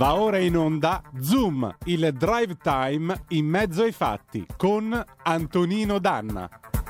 Va ora in onda Zoom, il drive time in mezzo ai fatti con Antonino Danna.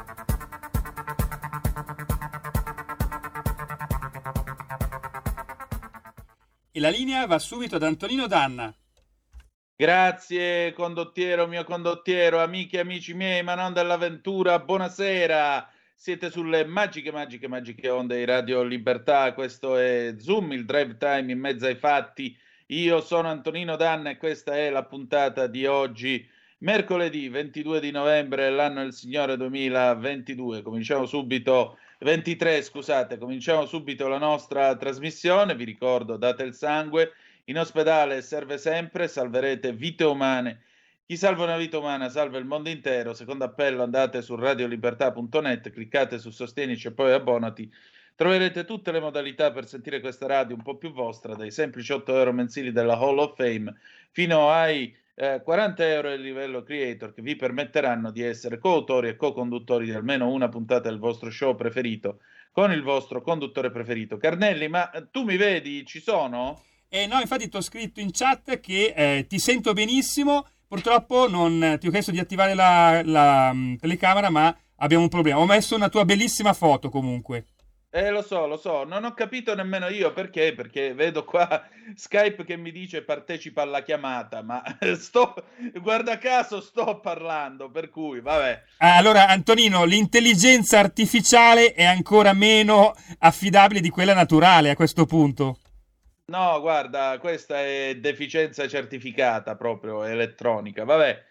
E la linea va subito ad Antonino Danna. Grazie condottiero, mio condottiero, amiche e amici miei, ma non dell'avventura, buonasera. Siete sulle magiche onde di Radio Libertà. Questo è Zoom, il drive time in mezzo ai fatti. Io sono Antonino Danna e questa è la puntata di oggi, mercoledì 22 di novembre, l'anno del Signore 2022. Cominciamo subito, 23, scusate, cominciamo subito la nostra trasmissione. Vi ricordo, date il sangue. In ospedale serve sempre, salverete vite umane. Chi salva una vita umana salva il mondo intero. Secondo appello, andate su radiolibertà.net, cliccate su Sostienici e poi abbonati. Troverete tutte le modalità per sentire questa radio un po' più vostra, dai semplici 8 euro mensili della Hall of Fame fino ai 40 euro del livello creator, che vi permetteranno di essere coautori e co-conduttori di almeno una puntata del vostro show preferito con il vostro conduttore preferito. Carnelli, ma tu mi vedi? Ci sono? No, infatti ti ho scritto in chat che ti sento benissimo. Purtroppo non ti ho chiesto di attivare la telecamera, ma abbiamo un problema. Ho messo una tua bellissima foto comunque. Lo so, non ho capito nemmeno io perché vedo qua Skype che mi dice partecipa alla chiamata, ma guarda caso sto parlando, per cui vabbè. Allora Antonino, l'intelligenza artificiale è ancora meno affidabile di quella naturale a questo punto. No, guarda, questa è deficienza certificata proprio elettronica, vabbè.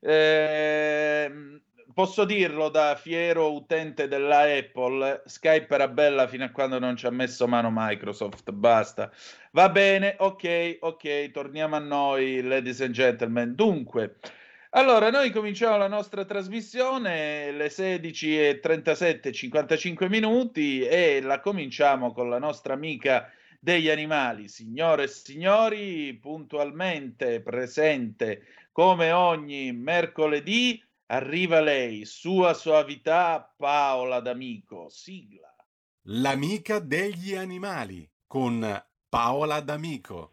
Posso dirlo da fiero utente della Apple, Skype era bella fino a quando non ci ha messo mano Microsoft, basta. Va bene, ok, torniamo a noi, ladies and gentlemen. Dunque, allora, noi cominciamo la nostra trasmissione alle 16:37, 55 minuti e la cominciamo con la nostra amica degli animali. Signore e signori, puntualmente presente come ogni mercoledì, arriva lei, sua soavità Paola D'Amico. Sigla. L'amica degli animali con Paola D'Amico.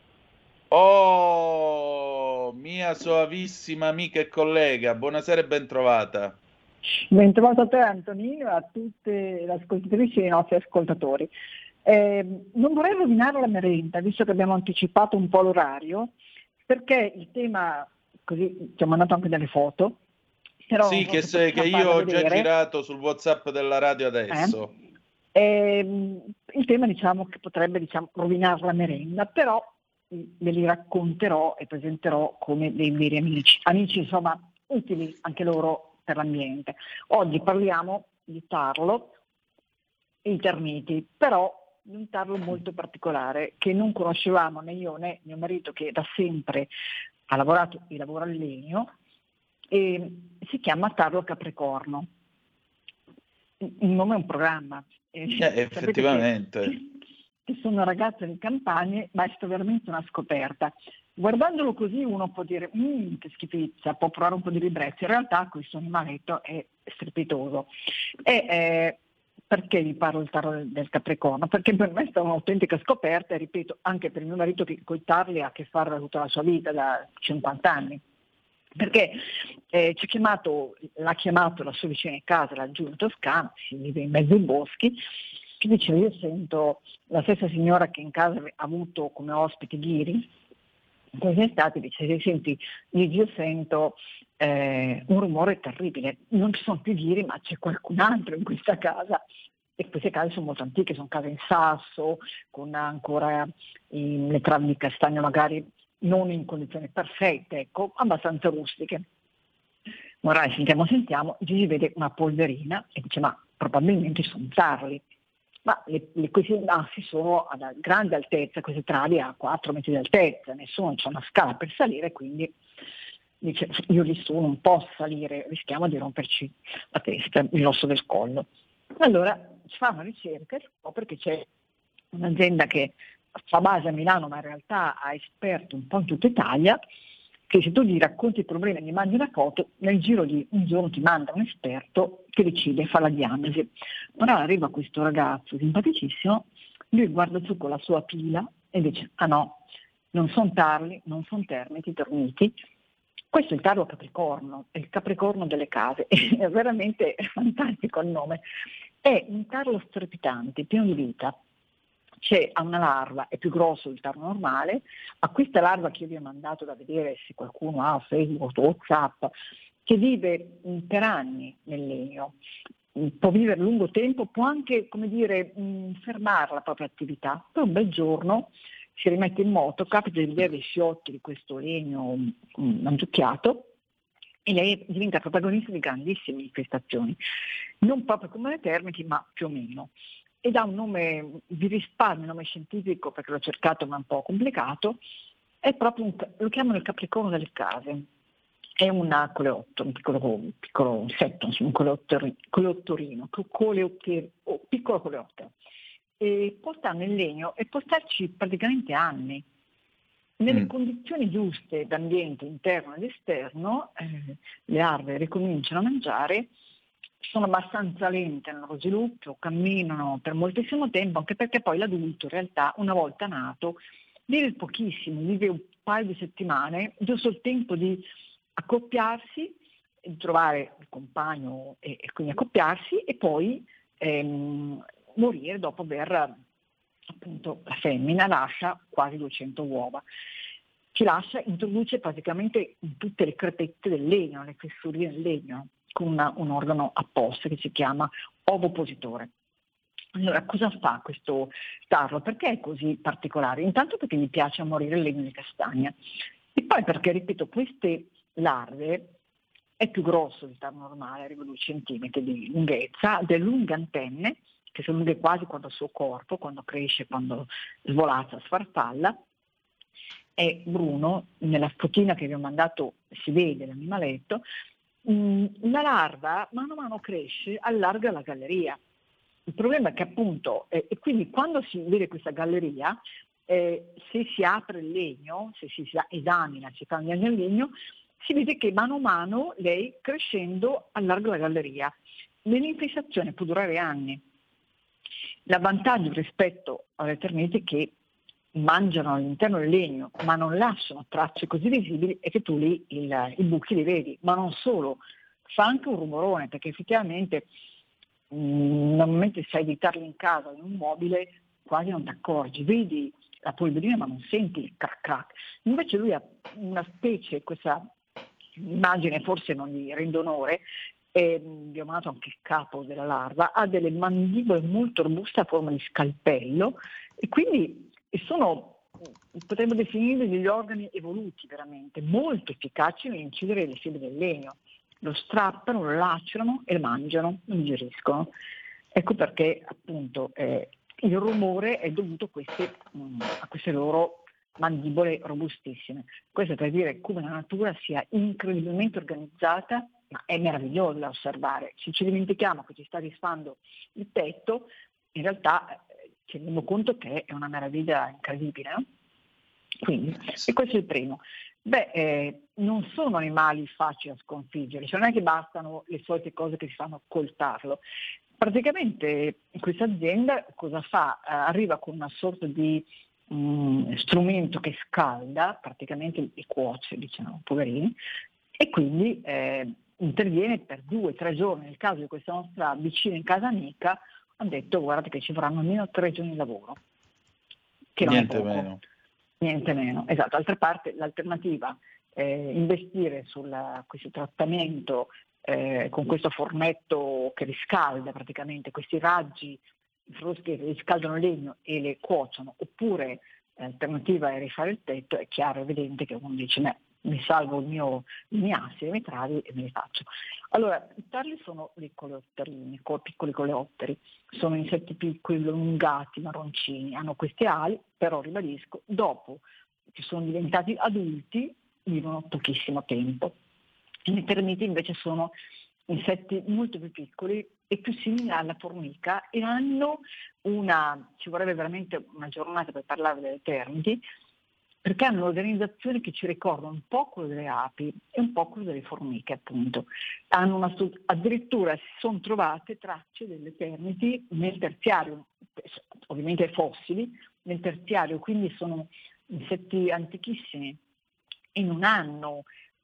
Oh, mia soavissima amica e collega, buonasera e bentrovata. Bentrovato a te Antonino e a tutte le ascoltatrici e i nostri ascoltatori. Non vorrei rovinare la merenda, visto che abbiamo anticipato un po' l'orario, perché il tema, così ci ha mandato anche delle foto. Però sì, che io ho già girato sul WhatsApp della radio adesso. Il tema diciamo che potrebbe rovinare la merenda, però ve li racconterò e presenterò come dei veri amici insomma utili anche loro per l'ambiente. Oggi parliamo di tarlo e i termiti, però di un tarlo molto particolare che non conoscevamo né io né mio marito, che da sempre ha lavorato e lavora al legno, e si chiama tarlo capricorno. Il nome è un programma. Effettivamente. Che sono ragazza di campagne, ma è stata veramente una scoperta. Guardandolo così uno può dire che schifezza, può provare un po' di ribrezzo. In realtà questo animaletto è strepitoso. Perché vi parlo del tarlo del Capricorno? Perché per me è stata un'autentica scoperta, e ripeto, anche per mio marito che coi tarli ha a che fare tutta la sua vita, da 50 anni. Perché l'ha chiamato la sua vicina di casa, laggiù in Toscana, si vive in mezzo ai boschi, che dice: io sento la stessa signora che in casa ha avuto come ospite ghiri, in questa estate, dice: senti, io sento un rumore terribile, non ci sono più ghiri ma c'è qualcun altro in questa casa. E queste case sono molto antiche, sono case in sasso, con ancora le travi di castagno magari non in condizioni perfette, ecco, abbastanza rustiche. Ora sentiamo, si vede una polverina e dice: ma probabilmente sono tarli. Ma questi massi sono a grande altezza, queste travi a 4 metri di altezza, nessuno c'ha una scala per salire, quindi dice: io lì su non posso salire, rischiamo di romperci la testa, l'osso del collo. Allora si fa una ricerca e scopre che c'è un'azienda che fa base a Milano, ma in realtà ha esperti un po' in tutta Italia, che se tu gli racconti il problema e gli mandi una foto, nel giro di un giorno ti manda un esperto che decide e fa la diagnosi. Ora arriva questo ragazzo simpaticissimo, lui guarda su con la sua pila e dice: ah no, non sono tarli, non sono termiti, termiti. Questo è il tarlo capricorno, è il capricorno delle case, è veramente fantastico il nome. È un tarlo strepitante, pieno di vita. Ha una larva, è più grosso del tarlo normale, a questa larva che io vi ho mandato da vedere se qualcuno ha Facebook o WhatsApp, che vive per anni nel legno, può vivere lungo tempo, può anche, fermare la propria attività, poi un bel giorno si rimette in moto, capita di vedere dei fiotti di questo legno mangiucchiato e lei diventa protagonista di grandissime infestazioni, non proprio come le termiti, ma più o meno. Ed ha un nome, vi risparmio il nome scientifico perché l'ho cercato ma è un po' complicato, è proprio lo chiamano il capricorno delle case. È un coleottero, un piccolo insetto, un coleottorino, piccolo coleottero. E può stare nel legno e può starci praticamente anni. Nelle condizioni giuste d'ambiente interno ed esterno, le larve ricominciano a mangiare, sono abbastanza lente nel loro sviluppo, camminano per moltissimo tempo, anche perché poi l'adulto in realtà, una volta nato, vive pochissimo, vive un paio di settimane, giusto il tempo di accoppiarsi, trovare il compagno e quindi accoppiarsi e poi morire dopo aver, appunto, la femmina lascia quasi 200 uova. Ci lascia, introduce praticamente in tutte le crepette del legno, le fessurine del legno, con un organo apposta che si chiama ovopositore. Allora, cosa fa questo tarlo? Perché è così particolare? Intanto perché gli piace morire il legno di castagna e poi perché, ripeto, queste larve è più grosso del tarlo normale, arriva a 2 centimetri di lunghezza, ha delle lunghe antenne, che sono lunghe quasi quanto il suo corpo, quando cresce, quando svolazza, sfarfalla. È bruno, nella fotina che vi ho mandato si vede l'animaletto. La larva mano a mano cresce, allarga la galleria. Il problema è che appunto, e quindi quando si vede questa galleria, se si apre il legno, se si esamina, si fa il legno, si vede che mano a mano lei crescendo allarga la galleria. L'infestazione può durare anni. L'avvantaggio rispetto alle termiti che mangiano all'interno del legno ma non lasciano tracce così visibili è che tu lì i buchi li vedi, ma non solo, fa anche un rumorone perché effettivamente normalmente se hai dei tarli in casa in un mobile quasi non ti accorgi, vedi la polverina ma non senti il crac crac. Invece lui ha una specie, questa immagine forse non gli rende onore, vi ho mandato anche il capo della larva, ha delle mandibole molto robuste a forma di scalpello e quindi potremmo definire degli organi evoluti veramente, molto efficaci nell'incidere le fibre del legno. Lo strappano, lo lacerano e lo mangiano, lo digeriscono. Ecco perché appunto il rumore è dovuto a queste loro mandibole robustissime. Questo per dire come la natura sia incredibilmente organizzata, ma è meraviglioso da osservare. Se ci dimentichiamo che ci sta disfando il petto, in realtà ci rendiamo conto che è una meraviglia incredibile, no? Quindi, e questo è il primo. Non sono animali facili da sconfiggere, cioè non è che bastano le solite cose che si fanno col tarlo. Praticamente questa azienda cosa fa? Arriva con una sorta di strumento che scalda, praticamente li cuoce, diciamo, poverini, e quindi interviene per 2 o 3 giorni. Nel caso di questa nostra vicina in casa amica, hanno detto guardate che ci vorranno almeno 3 giorni di lavoro. Che Niente meno. Niente meno, esatto. D'altra parte l'alternativa è investire su questo trattamento con questo fornetto che riscalda praticamente questi raggi che riscaldano il legno e le cuociono, oppure l'alternativa è rifare il tetto. È chiaro, evidente che uno dice mi salvo i miei assi, i miei travi e me li faccio. Allora, i tarli sono dei coleotterini, piccoli coleotteri, sono insetti piccoli, allungati, marroncini, hanno queste ali, però ribadisco, dopo che sono diventati adulti vivono pochissimo tempo. I termiti invece sono insetti molto più piccoli e più simili alla formica e hanno ci vorrebbe veramente una giornata per parlare delle termiti, perché hanno un'organizzazione che ci ricorda un po' quello delle api e un po' quello delle formiche, appunto. Addirittura si sono trovate tracce delle termiti nel terziario, ovviamente fossili, nel terziario, quindi sono insetti antichissimi e non hanno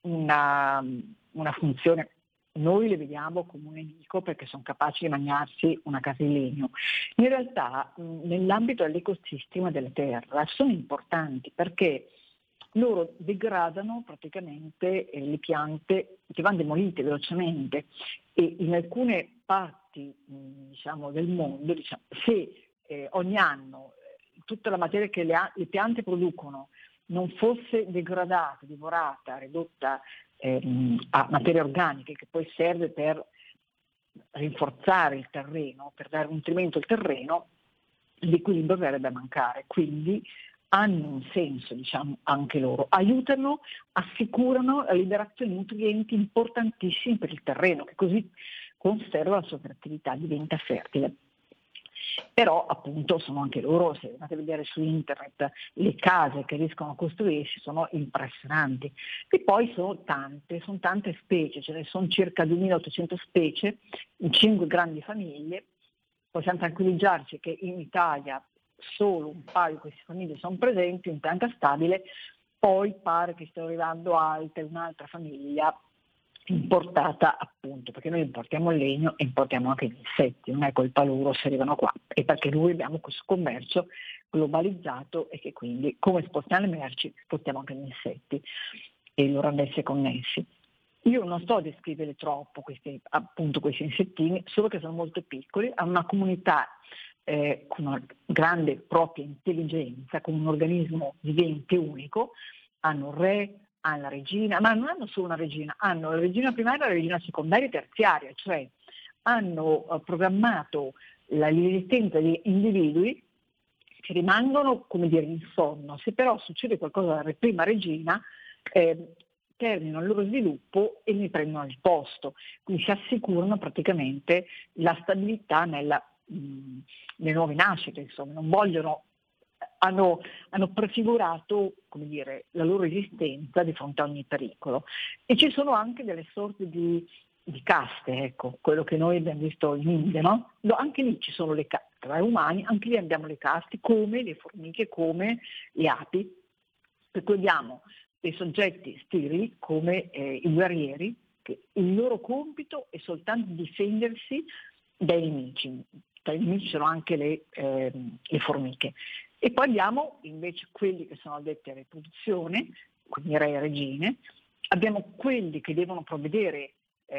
una funzione. Noi le vediamo come un nemico perché sono capaci di mangiarsi una casa di legno. In realtà nell'ambito dell'ecosistema della terra sono importanti perché loro degradano praticamente le piante che vanno demolite velocemente, e in alcune parti del mondo, se ogni anno tutta la materia che le piante producono non fosse degradata, divorata, ridotta a materie organiche, che poi serve per rinforzare il terreno, per dare nutrimento al terreno, l'equilibrio verrebbe a mancare. Quindi hanno un senso, anche loro, aiutano, assicurano la liberazione di nutrienti importantissimi per il terreno, che così conserva la sua fertilità, diventa fertile. Però appunto sono anche loro, se andate a vedere su internet, le case che riescono a costruirsi sono impressionanti. E poi sono tante specie, ce ne sono circa 2800 specie in 5 grandi famiglie. Possiamo tranquillizzarci che in Italia solo un paio di queste famiglie sono presenti in pianta stabile, poi pare che stiano arrivando un'altra famiglia importata, appunto perché noi importiamo il legno e importiamo anche gli insetti, non è colpa loro se arrivano qua, è perché noi abbiamo questo commercio globalizzato e che quindi come spostiamo le merci spostiamo anche gli insetti e i loro annessi connessi. Io non sto a descrivere troppo questi insettini, solo che sono molto piccoli, hanno una comunità con una grande propria intelligenza, con un organismo vivente unico, hanno un re, hanno la regina, ma non hanno solo una regina, hanno la regina primaria, la regina secondaria e terziaria, cioè hanno programmato l'esistenza di individui che rimangono, in sonno. Se però succede qualcosa alla prima regina, terminano il loro sviluppo e ne prendono il posto, quindi si assicurano praticamente la stabilità nelle nuove nascite, non vogliono, hanno prefigurato la loro esistenza di fronte a ogni pericolo. E ci sono anche delle sorte di caste, quello che noi abbiamo visto in India, no? Anche lì ci sono le caste, tra i umani, anche lì abbiamo le caste, come le formiche, come le api, per cui abbiamo dei soggetti sterili come i guerrieri, che il loro compito è soltanto difendersi dai nemici. Tra i nemici sono anche le formiche. E poi abbiamo invece quelli che sono addetti alla riproduzione, quindi re e regine, abbiamo quelli che devono provvedere,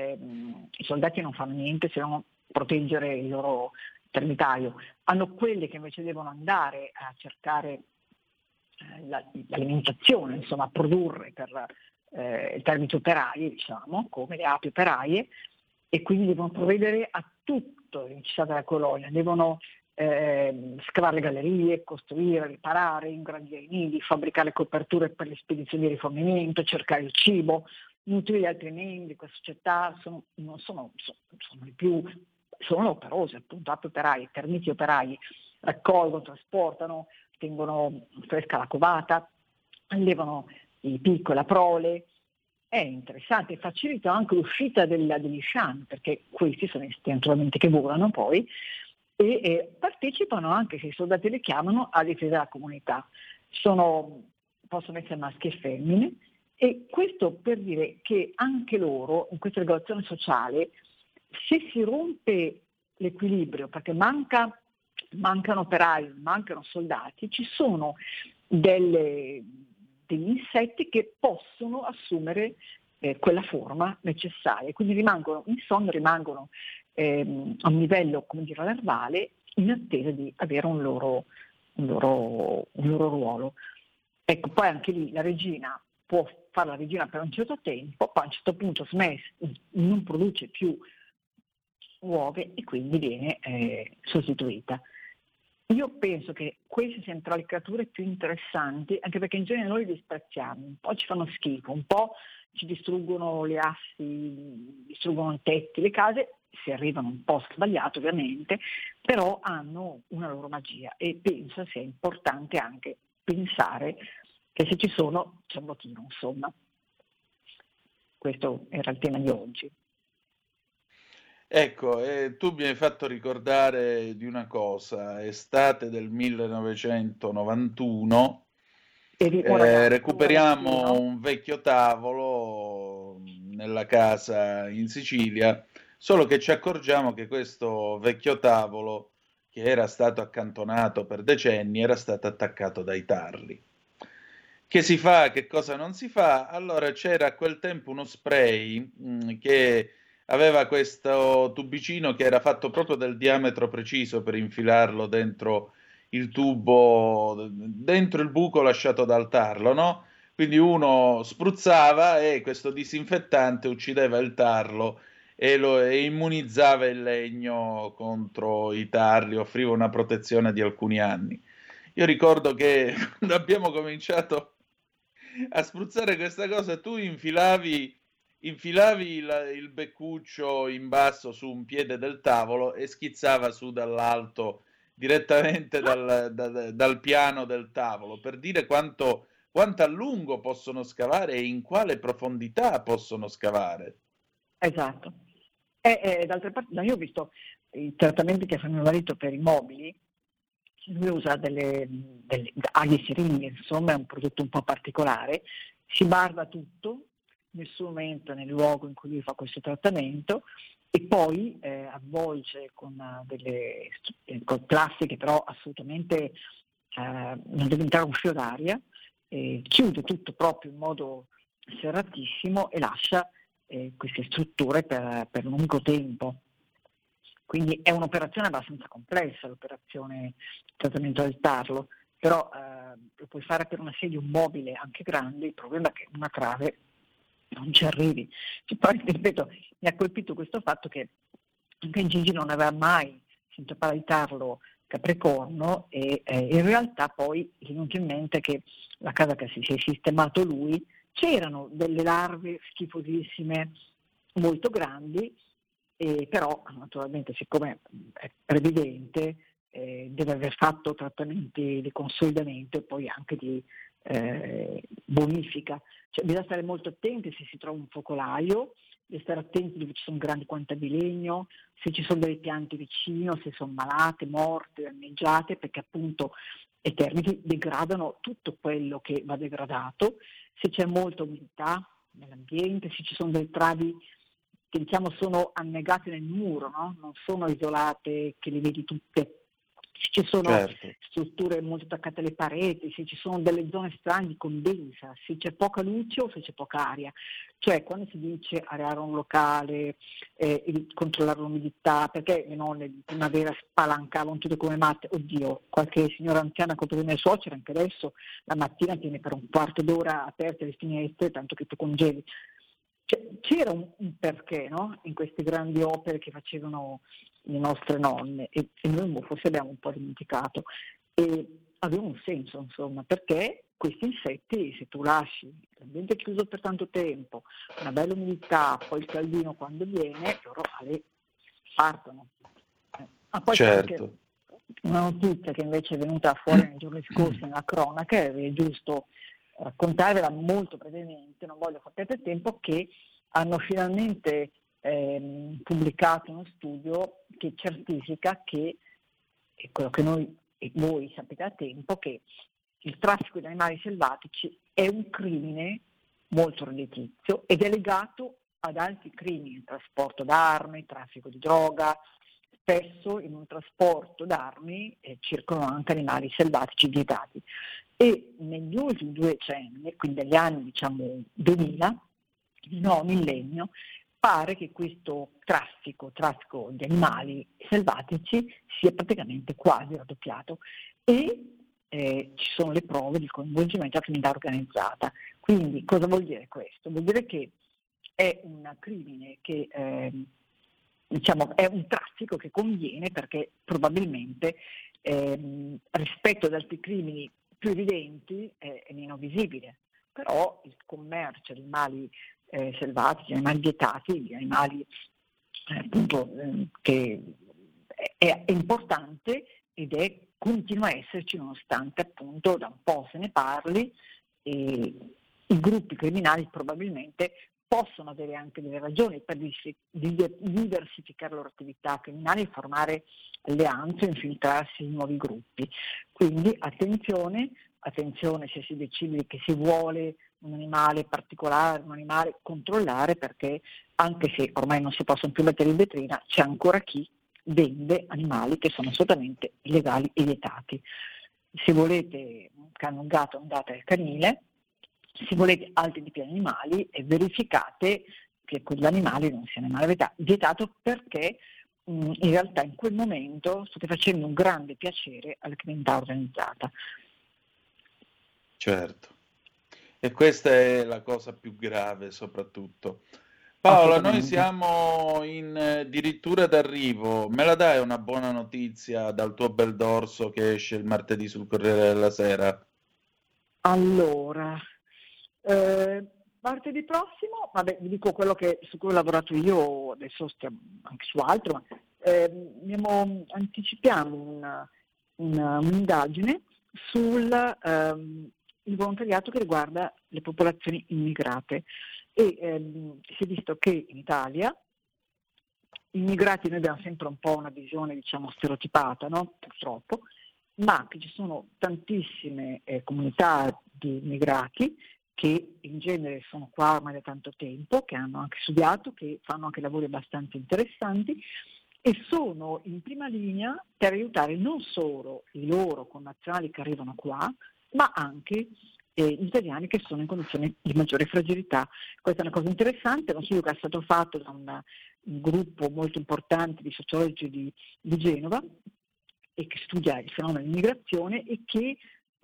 i soldati non fanno niente se non proteggere il loro termitario, hanno quelli che invece devono andare a cercare l'alimentazione, a produrre per i termiti operai, come le api operaie, e quindi devono provvedere a tutto il necessario della colonia, devono scavare le gallerie, costruire, riparare, ingrandire i nidi, fabbricare coperture per le spedizioni di rifornimento, cercare il cibo. Nutrire gli altri membri di questa società sono operose, appunto, api operai, termiti operai, raccolgono, trasportano, tengono fresca la covata, allevano i picco e la prole. È interessante, facilita anche l'uscita degli sciami, perché questi sono insetti naturalmente che volano poi, e partecipano anche, se i soldati li chiamano, a difesa della comunità. Possono essere maschi e femmine, e questo per dire che anche loro, in questa regolazione sociale, se si rompe l'equilibrio, perché mancano operai, mancano soldati, ci sono degli insetti che possono assumere quella forma necessaria, quindi rimangono in sonno, rimangono a un livello larvale, in attesa di avere un loro ruolo. Poi anche lì la regina può fare la regina per un certo tempo, poi a un certo punto non produce più uova e quindi viene sostituita. Io penso che queste siano tra le creature più interessanti, anche perché in genere noi li disprezziamo, un po' ci fanno schifo, un po' ci distruggono le assi, distruggono i tetti, le case, si arrivano un po' sbagliato ovviamente, però hanno una loro magia e penso sia importante anche pensare che se ci sono c'è un motivo, insomma. Questo era il tema di oggi. Ecco, tu mi hai fatto ricordare di una cosa, estate del 1991, recuperiamo un vecchio tavolo nella casa in Sicilia, solo che ci accorgiamo che questo vecchio tavolo, che era stato accantonato per decenni, era stato attaccato dai tarli. Che si fa, che cosa non si fa? Allora c'era a quel tempo uno spray che aveva questo tubicino che era fatto proprio del diametro preciso per infilarlo dentro il tubo, dentro il buco lasciato dal tarlo, no? Quindi uno spruzzava e questo disinfettante uccideva il tarlo e immunizzava il legno contro i tarli, offriva una protezione di alcuni anni. Io ricordo che quando abbiamo cominciato a spruzzare questa cosa, tu infilavi il beccuccio in basso su un piede del tavolo e schizzava su dall'alto direttamente dal piano del tavolo per dire quanto a lungo possono scavare e in quale profondità possono scavare. Esatto. D'altra parte, io ho visto i trattamenti che fa mio marito per i mobili. Lui usa delle aghi siringhe, insomma è un prodotto un po' particolare, si barba tutto, nessuno entra nel luogo in cui lui fa questo trattamento e poi avvolge con con plastiche però assolutamente non deve entrare un filo d'aria, chiude tutto proprio in modo serratissimo e lascia queste strutture per lungo tempo. Quindi è un'operazione abbastanza complessa, l'operazione trattamento del tarlo, però lo puoi fare per una sedia, un mobile anche grande, il problema è che una trave non ci arrivi. Poi, ripeto, mi ha colpito questo fatto che anche Gigi non aveva mai sentito parlare di tarlo Capricorno e in realtà poi è venuto in mente che la casa che si è sistemato lui, c'erano delle larve schifosissime molto grandi, però naturalmente siccome è previdente deve aver fatto trattamenti di consolidamento e poi anche di bonifica, cioè bisogna stare molto attenti se si trova un focolaio, bisogna stare attenti dove ci sono grandi quantità di legno, se ci sono delle piante vicino, se sono malate, morte, danneggiate, perché appunto i termiti degradano tutto quello che va degradato, se c'è molta umidità nell'ambiente, se ci sono delle travi che diciamo sono annegate nel muro, no? Non sono isolate, che le vedi tutte, se ci sono strutture molto attaccate alle pareti, se ci sono delle zone strane di condensa, se c'è poca luce o se c'è poca aria. Cioè quando si dice areare un locale, controllare l'umidità, perché le nonne di primavera spalancavano tutto come matte, oddio, qualche signora anziana contro le mie suocere anche adesso la mattina tiene per un quarto d'ora aperte le finestre, tanto che tu congeli. C'era un perché, no? In queste grandi opere che facevano le nostre nonne e noi forse abbiamo un po' dimenticato e aveva un senso insomma, perché questi insetti se tu lasci l'ambiente chiuso per tanto tempo, una bella umidità, poi il caldino quando viene, loro partono. Poi c'è anche una notizia che invece è venuta fuori nei giorni scorsi nella cronaca, è giusto raccontarvela molto brevemente, non voglio far perdere tempo, che hanno finalmente pubblicato uno studio che certifica che, è quello che noi e voi sapete da tempo, che il traffico di animali selvatici è un crimine molto redditizio ed è legato ad altri crimini, trasporto d'armi, traffico di droga. Spesso in un trasporto d'armi circolano anche animali selvatici vietati e negli ultimi 2 decenni, quindi negli anni 2000, no millennio, pare che questo traffico di animali selvatici sia praticamente quasi raddoppiato e ci sono le prove di coinvolgimento della criminalità organizzata. Quindi cosa vuol dire questo? Vuol dire che è un crimine che è un traffico che conviene perché probabilmente rispetto ad altri crimini più evidenti è meno visibile, però il commercio di animali selvatici, animali vietati, animali che è importante ed continua a esserci nonostante appunto da un po' se ne parli e i gruppi criminali probabilmente possono avere anche delle ragioni per diversificare le loro attività criminali e formare alleanze, infiltrarsi in nuovi gruppi. Quindi attenzione, attenzione se si decide che si vuole un animale particolare, un animale controllare, perché anche se ormai non si possono più mettere in vetrina, c'è ancora chi vende animali che sono assolutamente illegali e vietati. Se volete un cane, un gatto, andate al canile. Se volete altri tipi di animali, verificate che quell'animale non sia un animale vietato, perché in realtà in quel momento state facendo un grande piacere alla criminalità organizzata. Certo, e questa è la cosa più grave soprattutto. Paola, noi siamo addirittura d'arrivo, me la dai una buona notizia dal tuo bel dorso che esce il martedì sul Corriere della Sera? Allora, martedì prossimo, vabbè, vi dico quello su cui ho lavorato io, adesso stiamo anche su altro, ma anticipiamo un'indagine sul il volontariato che riguarda le popolazioni immigrate, e si è visto che in Italia immigrati, noi abbiamo sempre un po' una visione, diciamo, stereotipata, no? Purtroppo, ma che ci sono tantissime comunità di immigrati che in genere sono qua ormai da tanto tempo, che hanno anche studiato, che fanno anche lavori abbastanza interessanti e sono in prima linea per aiutare non solo i loro connazionali che arrivano qua, ma anche gli italiani che sono in condizioni di maggiore fragilità. Questa è una cosa interessante, è uno studio che è stato fatto da un gruppo molto importante di sociologi di Genova, e che studia il fenomeno dell'immigrazione e che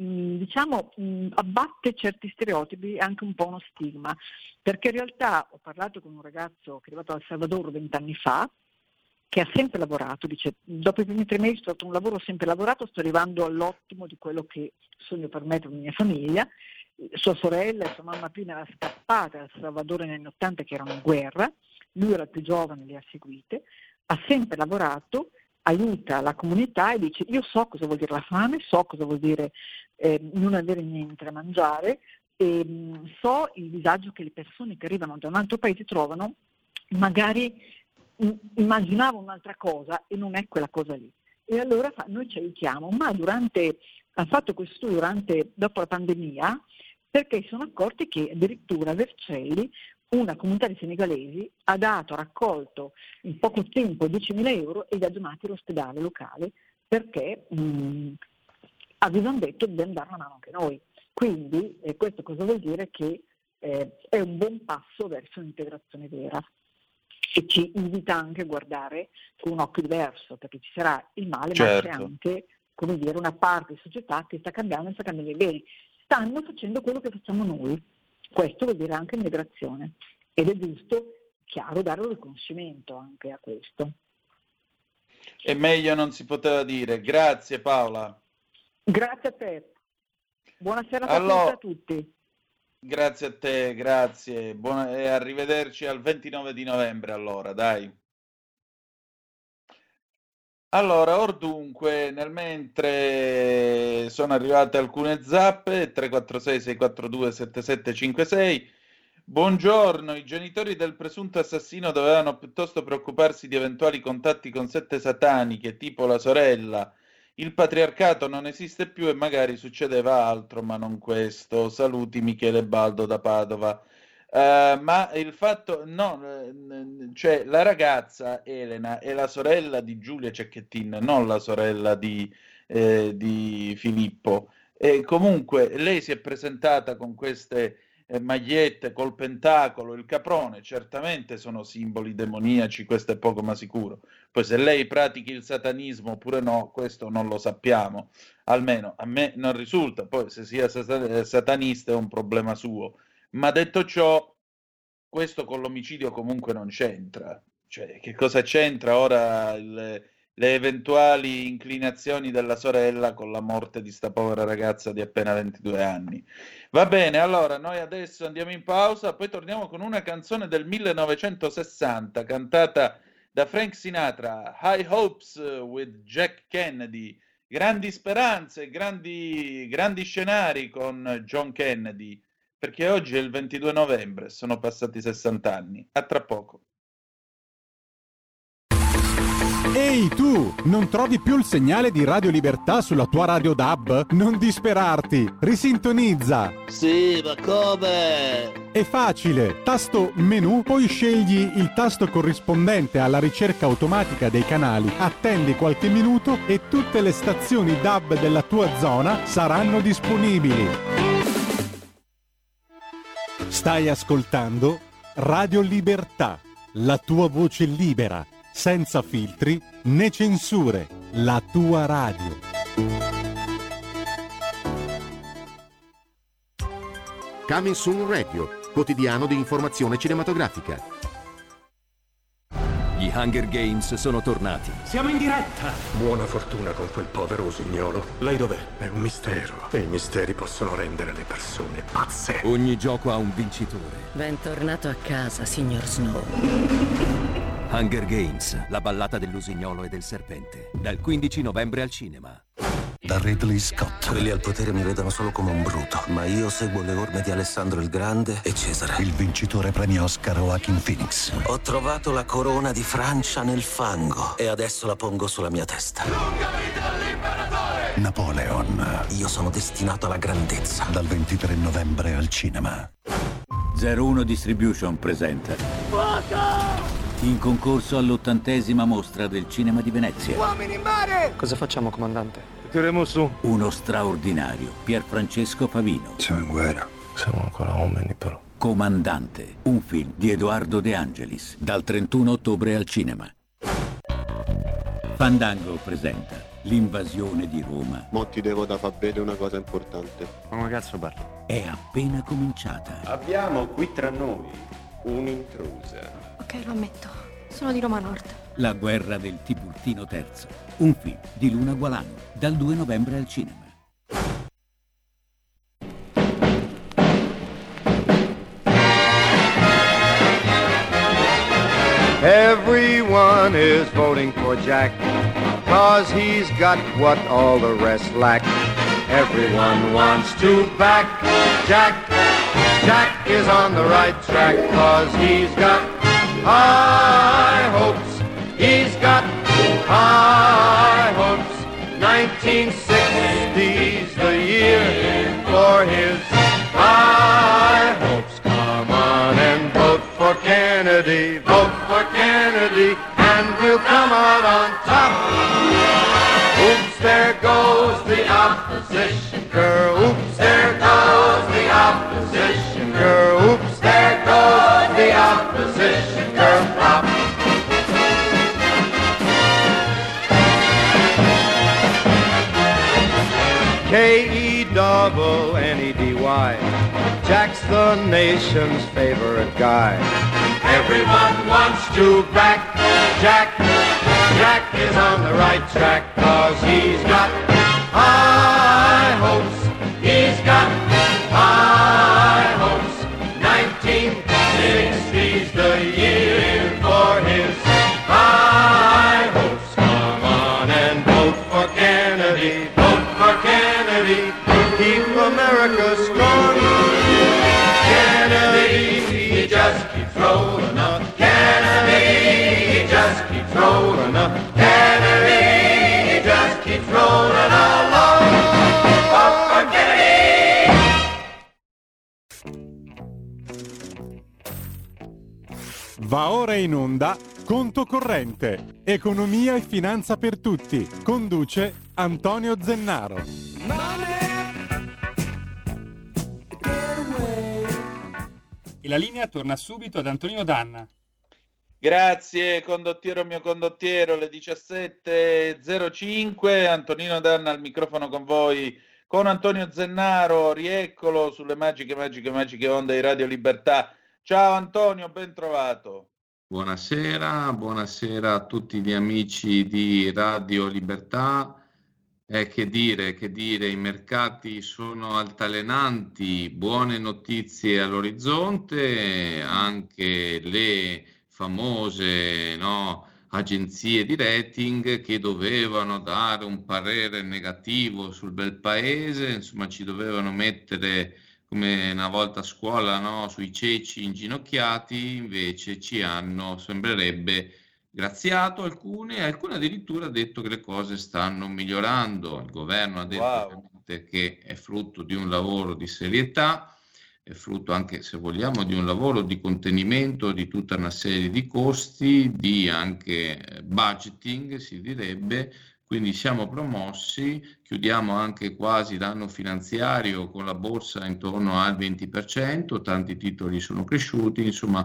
abbatte certi stereotipi e anche un po' uno stigma, perché in realtà ho parlato con un ragazzo che è arrivato dal Salvador 20 anni fa, che ha sempre lavorato, dice: dopo i primi 3 mesi ho fatto un lavoro, ho sempre lavorato, sto arrivando all'ottimo di quello che sogno per me, per la mia famiglia. Sua sorella e sua mamma prima era scappata dal Salvador negli anni 80 che erano in guerra, lui era il più giovane, le ha seguite, ha sempre lavorato, aiuta la comunità e dice: io so cosa vuol dire la fame, so cosa vuol dire non avere niente da mangiare, e so il disagio che le persone che arrivano da un altro paese trovano, magari immaginavo un'altra cosa e non è quella cosa lì. E allora noi ci aiutiamo, ma ha fatto questo studio dopo la pandemia, perché si sono accorti che addirittura Vercelli, una comunità di senegalesi, ha raccolto in poco tempo 10.000 euro e li ha donati all'ospedale locale, perché avevano detto dobbiamo dare una mano anche noi. Quindi questo cosa vuol dire? Che è un buon passo verso un'integrazione vera, e ci invita anche a guardare con un occhio diverso, perché ci sarà il male, certo, ma c'è anche, come dire, una parte di società che sta cambiando e sta cambiando bene. Stanno facendo quello che facciamo noi. Questo vuol dire anche immigrazione, ed è giusto, chiaro, dare un riconoscimento anche a questo. E meglio non si poteva dire. Grazie Paola. Grazie a te. Buonasera a tutti. Grazie a te, grazie. E arrivederci al 29 di novembre allora, dai. Allora, or dunque, nel mentre sono arrivate alcune zappe, 346-642-7756. Buongiorno, i genitori del presunto assassino dovevano piuttosto preoccuparsi di eventuali contatti con sette sataniche, tipo la sorella. Il patriarcato non esiste più e magari succedeva altro, ma non questo. Saluti Michele Baldo da Padova. Ma il fatto, no, cioè la ragazza Elena è la sorella di Giulia Cecchettin, non la sorella di Filippo. E comunque lei si è presentata con queste magliette col pentacolo, il caprone, certamente sono simboli demoniaci, questo è poco ma sicuro. Poi se lei pratichi il satanismo oppure no, questo non lo sappiamo, almeno a me non risulta, poi se sia satanista è un problema suo. Ma detto ciò, questo con l'omicidio comunque non c'entra. Cioè, che cosa c'entra ora le eventuali inclinazioni della sorella con la morte di sta povera ragazza di appena 22 anni? Va bene, allora noi adesso andiamo in pausa, poi torniamo con una canzone del 1960 cantata da Frank Sinatra, High Hopes with Jack Kennedy. Grandi speranze, grandi scenari con John Kennedy. Perché oggi è il 22 novembre, sono passati 60 anni. A tra poco. Ehi tu, non trovi più il segnale di Radio Libertà sulla tua radio DAB? Non disperarti, risintonizza! Sì, ma come? È facile, tasto menu, poi scegli il tasto corrispondente alla ricerca automatica dei canali, attendi qualche minuto e tutte le stazioni DAB della tua zona saranno disponibili. Stai ascoltando Radio Libertà, la tua voce libera, senza filtri né censure, la tua radio. Coming Soon Radio, quotidiano di informazione cinematografica. Gli Hunger Games sono tornati. Siamo in diretta! Buona fortuna con quel povero usignolo. Lei dov'è? È un mistero e i misteri possono rendere le persone pazze. Ogni gioco ha un vincitore. Bentornato a casa, signor Snow. Hunger Games, la ballata dell'usignolo e del serpente. Dal 15 novembre al cinema. Da Ridley Scott. Quelli al potere mi vedono solo come un bruto, ma io seguo le orme di Alessandro il Grande e Cesare. Il vincitore premio Oscar Joaquin Phoenix. Ho trovato la corona di Francia nel fango e adesso la pongo sulla mia testa. Lunga vita all'imperatore! Napoleon. Io sono destinato alla grandezza. Dal 23 novembre al cinema. 01 Distribution presenta. Fuoco! In concorso all'80ª mostra del cinema di Venezia. Uomini in mare! Cosa facciamo, comandante? Tireremo su. Uno straordinario, Pierfrancesco Favino. Siamo in guerra. Siamo ancora uomini, però. Comandante, un film di Edoardo De Angelis, dal 31 ottobre al cinema. Fandango presenta l'invasione di Roma. Mo ti devo da far vedere una cosa importante. Ma come cazzo parli? È appena cominciata. Abbiamo qui tra noi un'intrusa. Ok, lo ammetto. Sono di Roma Nord. La guerra del Tiburtino III, un film di Luna Gualano, dal 2 novembre al cinema. Everyone is voting for Jack, 'cause he's got what all the rest lack. Everyone wants to back Jack. Jack is on the right track, 'cause he's got high hopes. He's got high hopes. 1960's the year for his high hopes. Come on and vote for Kennedy. Vote for Kennedy and we'll come out on top. Oops, there goes the opposition girl. Oops, there goes the opposition girl. Oops, there goes the opposition girl. Pop. K-E-double-N-E-D-Y. Jack's the nation's favorite guy. Everyone wants to back Jack. Jack is on the right track, 'cause he's got high hopes. He's got high hopes. 1960's the year for his high hopes. Come on and vote for Kennedy. Vote for Kennedy. Keep America strong. Kennedy, he just keeps rolling up. Kennedy, he just keeps rolling up. Kennedy, he just keeps rolling along. Vote for Kennedy. Va ora in onda Conto Corrente, economia e finanza per tutti. Conduce Antonio Zennaro. E la linea torna subito ad Antonino Danna. Grazie condottiero mio condottiero, le 17.05, Antonino Danna al microfono con voi, con Antonio Zennaro, rieccolo sulle magiche onde di Radio Libertà. Ciao Antonio, ben trovato. Buonasera a tutti gli amici di Radio Libertà. Che dire, i mercati sono altalenanti, buone notizie all'orizzonte, anche le famose agenzie di rating che dovevano dare un parere negativo sul bel paese, insomma ci dovevano mettere come una volta a scuola, sui ceci inginocchiati, invece ci hanno, sembrerebbe, graziato alcune, e alcune addirittura ha detto che le cose stanno migliorando. Il governo ha detto ovviamente che è frutto di un lavoro di serietà, è frutto anche, se vogliamo, di un lavoro di contenimento di tutta una serie di costi, di anche budgeting, si direbbe. Quindi siamo promossi, chiudiamo anche quasi l'anno finanziario con la borsa intorno al 20%, tanti titoli sono cresciuti, insomma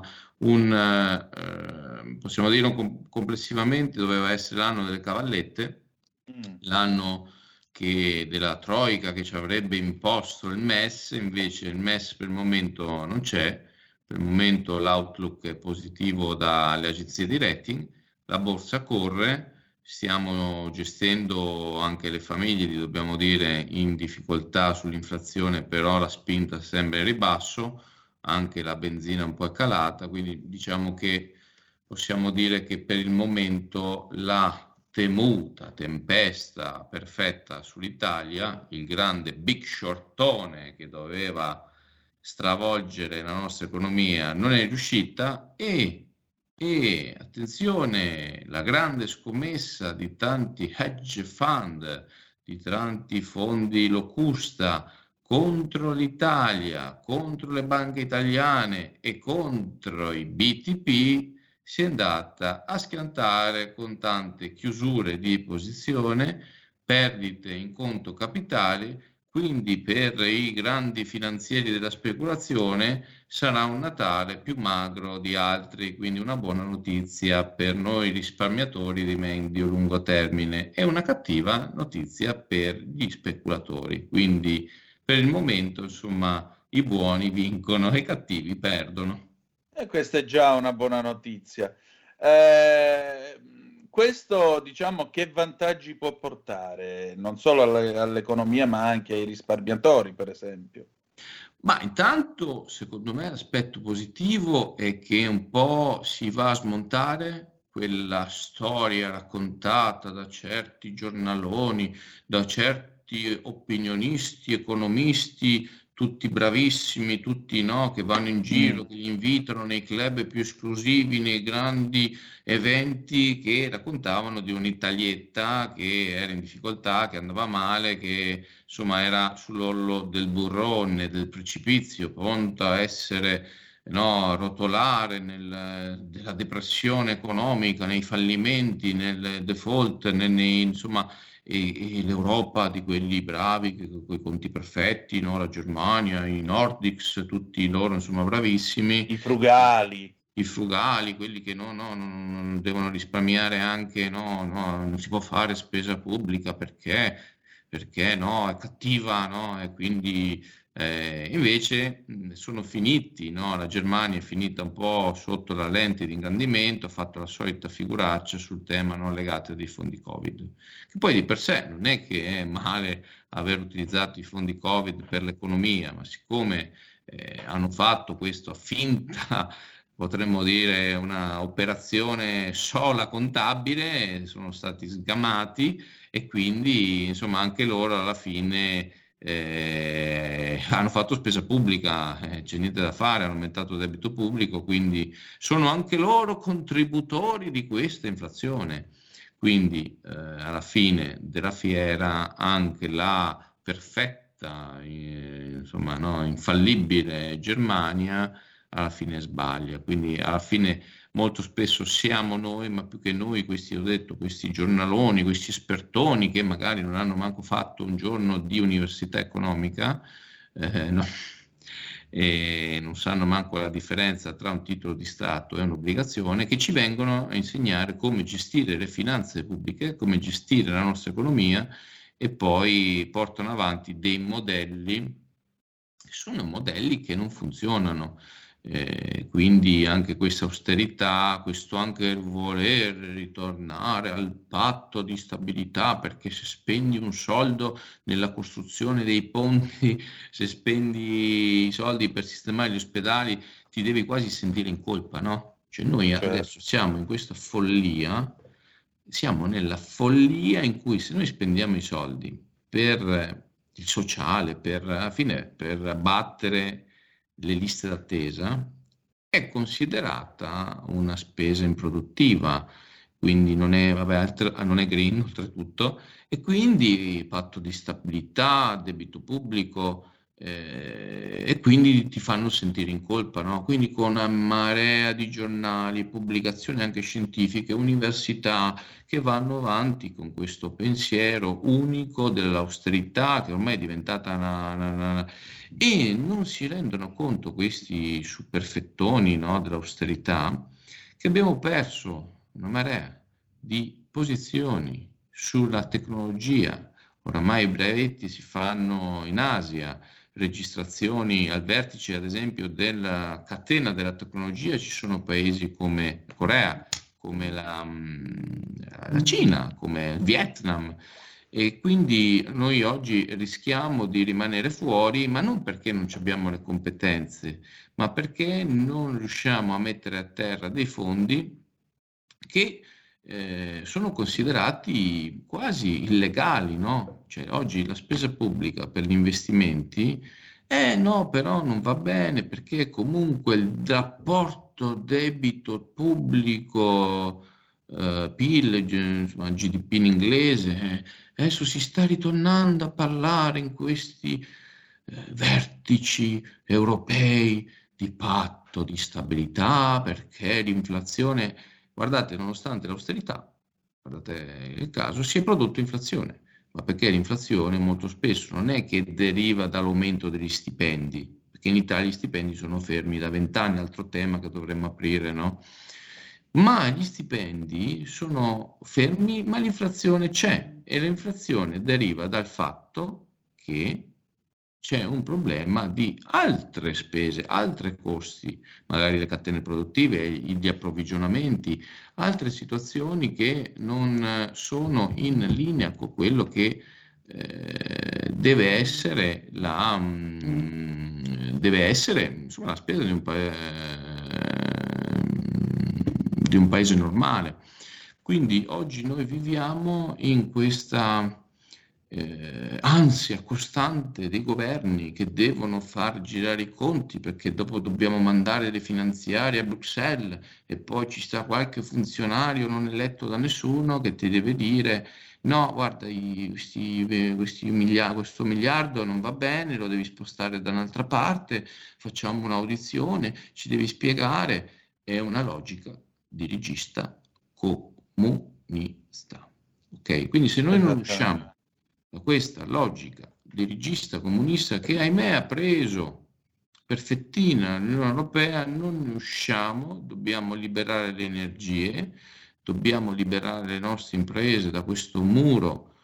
possiamo dire complessivamente doveva essere l'anno delle cavallette, l'anno della troica che ci avrebbe imposto il MES, invece il MES per il momento non c'è, per il momento l'outlook è positivo dalle agenzie di rating, la borsa corre. Stiamo gestendo anche le famiglie, dobbiamo dire, in difficoltà sull'inflazione, però la spinta sembra in ribasso, anche la benzina un po' è calata, quindi diciamo che possiamo dire che per il momento la temuta tempesta perfetta sull'Italia, il grande big shortone che doveva stravolgere la nostra economia, non è riuscita e attenzione, la grande scommessa di tanti hedge fund, di tanti fondi locusta contro l'Italia, contro le banche italiane e contro i BTP si è andata a schiantare con tante chiusure di posizione, perdite in conto capitali. Quindi per i grandi finanzieri della speculazione sarà un Natale più magro di altri, quindi una buona notizia per noi risparmiatori di medio-lungo termine e una cattiva notizia per gli speculatori. Quindi per il momento, insomma, i buoni vincono e i cattivi perdono. E questa è già una buona notizia. Questo, diciamo, che vantaggi può portare non solo all'economia ma anche ai risparmiatori, per esempio? Ma intanto, secondo me, l'aspetto positivo è che un po' si va a smontare quella storia raccontata da certi giornaloni, da certi opinionisti, economisti, tutti bravissimi, tutti no, che vanno in giro, che li invitano nei club più esclusivi, nei grandi eventi, che raccontavano di un'Italietta che era in difficoltà, che andava male, che insomma era sull'orlo del burrone, del precipizio, pronta a essere rotolare della depressione economica, nei fallimenti, nel default, insomma. E l'Europa di quelli bravi, con i conti perfetti, la Germania, i Nordics, tutti loro insomma bravissimi. I frugali, quelli che non devono risparmiare anche, non si può fare spesa pubblica perché è cattiva, e quindi invece sono finiti, la Germania è finita un po' sotto la lente di ingrandimento, ha fatto la solita figuraccia sul tema legato dei fondi Covid, che poi di per sé non è che è male aver utilizzato i fondi Covid per l'economia, ma siccome hanno fatto questa finta, potremmo dire una operazione sola contabile, sono stati sgamati e quindi insomma anche loro alla fine hanno fatto spesa pubblica, c'è niente da fare, hanno aumentato il debito pubblico, quindi sono anche loro contributori di questa inflazione. Quindi alla fine della fiera anche la perfetta, infallibile Germania alla fine sbaglia. Quindi alla fine molto spesso siamo noi, ma più che noi, questi giornaloni, questi espertoni che magari non hanno manco fatto un giorno di università economica, e non sanno manco la differenza tra un titolo di Stato e un'obbligazione, che ci vengono a insegnare come gestire le finanze pubbliche, come gestire la nostra economia, e poi portano avanti dei modelli che sono modelli che non funzionano. Quindi anche questa austerità, questo anche voler ritornare al patto di stabilità, perché se spendi un soldo nella costruzione dei ponti, se spendi i soldi per sistemare gli ospedali, ti devi quasi sentire in colpa, no? Cioè noi adesso siamo in questa follia, siamo nella follia in cui se noi spendiamo i soldi per il sociale, alla fine per abbattere le liste d'attesa, è considerata una spesa improduttiva, quindi non è green oltretutto, e quindi patto di stabilità, debito pubblico, e quindi ti fanno sentire in colpa, no? Quindi con una marea di giornali, pubblicazioni anche scientifiche, università che vanno avanti con questo pensiero unico dell'austerità, che ormai è diventata e non si rendono conto questi superfettoni, no, dell'austerità, che abbiamo perso una marea di posizioni sulla tecnologia. Oramai i brevetti si fanno in Asia, registrazioni al vertice, ad esempio, della catena della tecnologia. Ci sono paesi come Corea, come la Cina, come il Vietnam, e quindi noi oggi rischiamo di rimanere fuori, ma non perché non abbiamo le competenze, ma perché non riusciamo a mettere a terra dei fondi che sono considerati quasi illegali, no? Cioè, oggi la spesa pubblica per gli investimenti, no, però non va bene, perché comunque il rapporto debito pubblico, PIL, GDP in inglese, adesso si sta ritornando a parlare in questi vertici europei di patto di stabilità, perché l'inflazione... Guardate, nonostante l'austerità, guardate il caso, si è prodotto inflazione, ma perché l'inflazione molto spesso non è che deriva dall'aumento degli stipendi, perché in Italia gli stipendi sono fermi da 20 anni, altro tema che dovremmo aprire, no? Ma gli stipendi sono fermi, ma l'inflazione c'è, e l'inflazione deriva dal fatto che c'è un problema di altre spese, altri costi, magari le catene produttive, gli approvvigionamenti, altre situazioni che non sono in linea con quello che deve essere insomma, la spesa di un paese normale. Quindi oggi noi viviamo in questa ansia costante dei governi che devono far girare i conti, perché dopo dobbiamo mandare le finanziarie a Bruxelles e poi ci sta qualche funzionario non eletto da nessuno che ti deve dire no, guarda, questo miliardo non va bene, lo devi spostare da un'altra parte, facciamo un'audizione, ci devi spiegare. È una logica dirigista comunista. Ok? Quindi se noi non riusciamo da questa logica dirigista comunista, che ahimè ha preso perfettina l'Unione Europea, non ne usciamo. Dobbiamo liberare le energie, dobbiamo liberare le nostre imprese da questo muro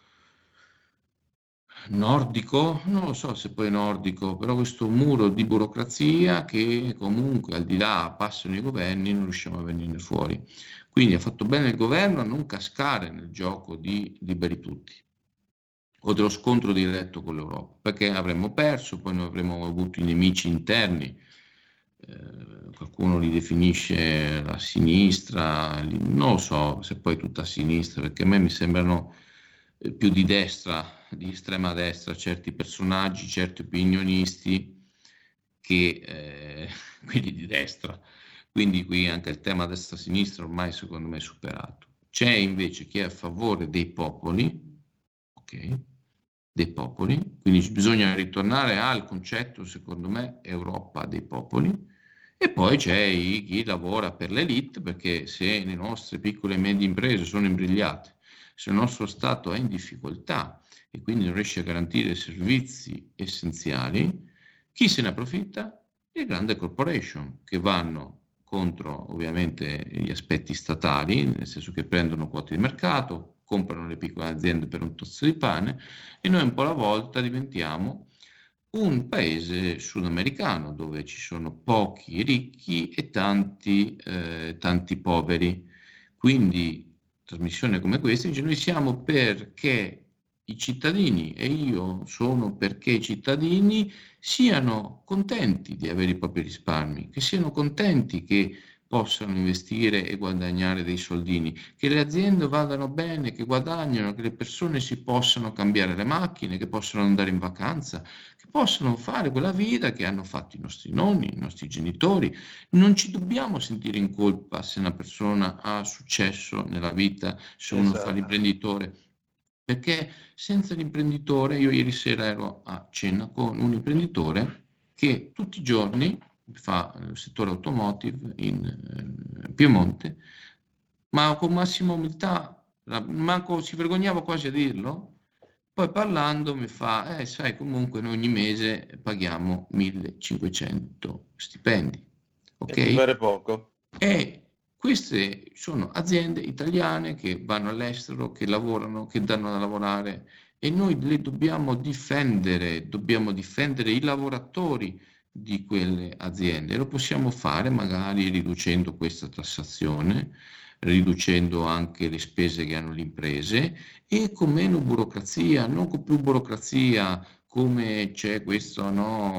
nordico, non lo so se poi è nordico, però questo muro di burocrazia che comunque al di là passano i governi, non riusciamo a venirne fuori. Quindi ha fatto bene il governo a non cascare nel gioco di liberi tutti o dello scontro diretto con l'Europa, perché avremmo perso, poi noi avremmo avuto i nemici interni, qualcuno li definisce la sinistra, non lo so se poi tutta a sinistra, perché a me mi sembrano più di destra, di estrema destra, certi personaggi, certi opinionisti, che quelli di destra. Quindi qui anche il tema destra-sinistra ormai secondo me è superato. C'è invece chi è a favore dei popoli, dei popoli, quindi bisogna ritornare al concetto, secondo me, Europa dei popoli, e poi c'è chi lavora per l'elite, perché se le nostre piccole e medie imprese sono imbrigliate, se il nostro Stato è in difficoltà e quindi non riesce a garantire servizi essenziali, chi se ne approfitta? Le grandi corporation, che vanno contro ovviamente gli aspetti statali, nel senso che prendono quote di mercato, comprano le piccole aziende per un tozzo di pane, e noi un po' alla volta diventiamo un paese sudamericano dove ci sono pochi ricchi e tanti poveri. Quindi trasmissioni come questa, noi siamo perché i cittadini, e io sono perché i cittadini siano contenti di avere i propri risparmi, che siano contenti che possano investire e guadagnare dei soldini, che le aziende vadano bene, che guadagnano, che le persone si possano cambiare le macchine, che possano andare in vacanza, che possano fare quella vita che hanno fatto i nostri nonni, i nostri genitori. Non ci dobbiamo sentire in colpa se una persona ha successo nella vita, se uno fa l'imprenditore, perché senza l'imprenditore, io ieri sera ero a cena con un imprenditore che tutti i giorni fa il settore automotive in Piemonte, ma con massima umiltà, manco si vergognava quasi a dirlo. Poi parlando mi fa, sai, comunque noi ogni mese paghiamo 1.500 stipendi, ok? E pare poco. E queste sono aziende italiane che vanno all'estero, che lavorano, che danno da lavorare, e noi le dobbiamo difendere i lavoratori di quelle aziende. Lo possiamo fare magari riducendo questa tassazione, riducendo anche le spese che hanno le imprese e con meno burocrazia, non con più burocrazia come c'è questo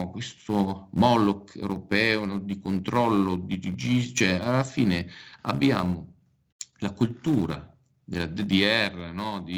Moloch europeo di controllo, cioè alla fine abbiamo la cultura della DDR,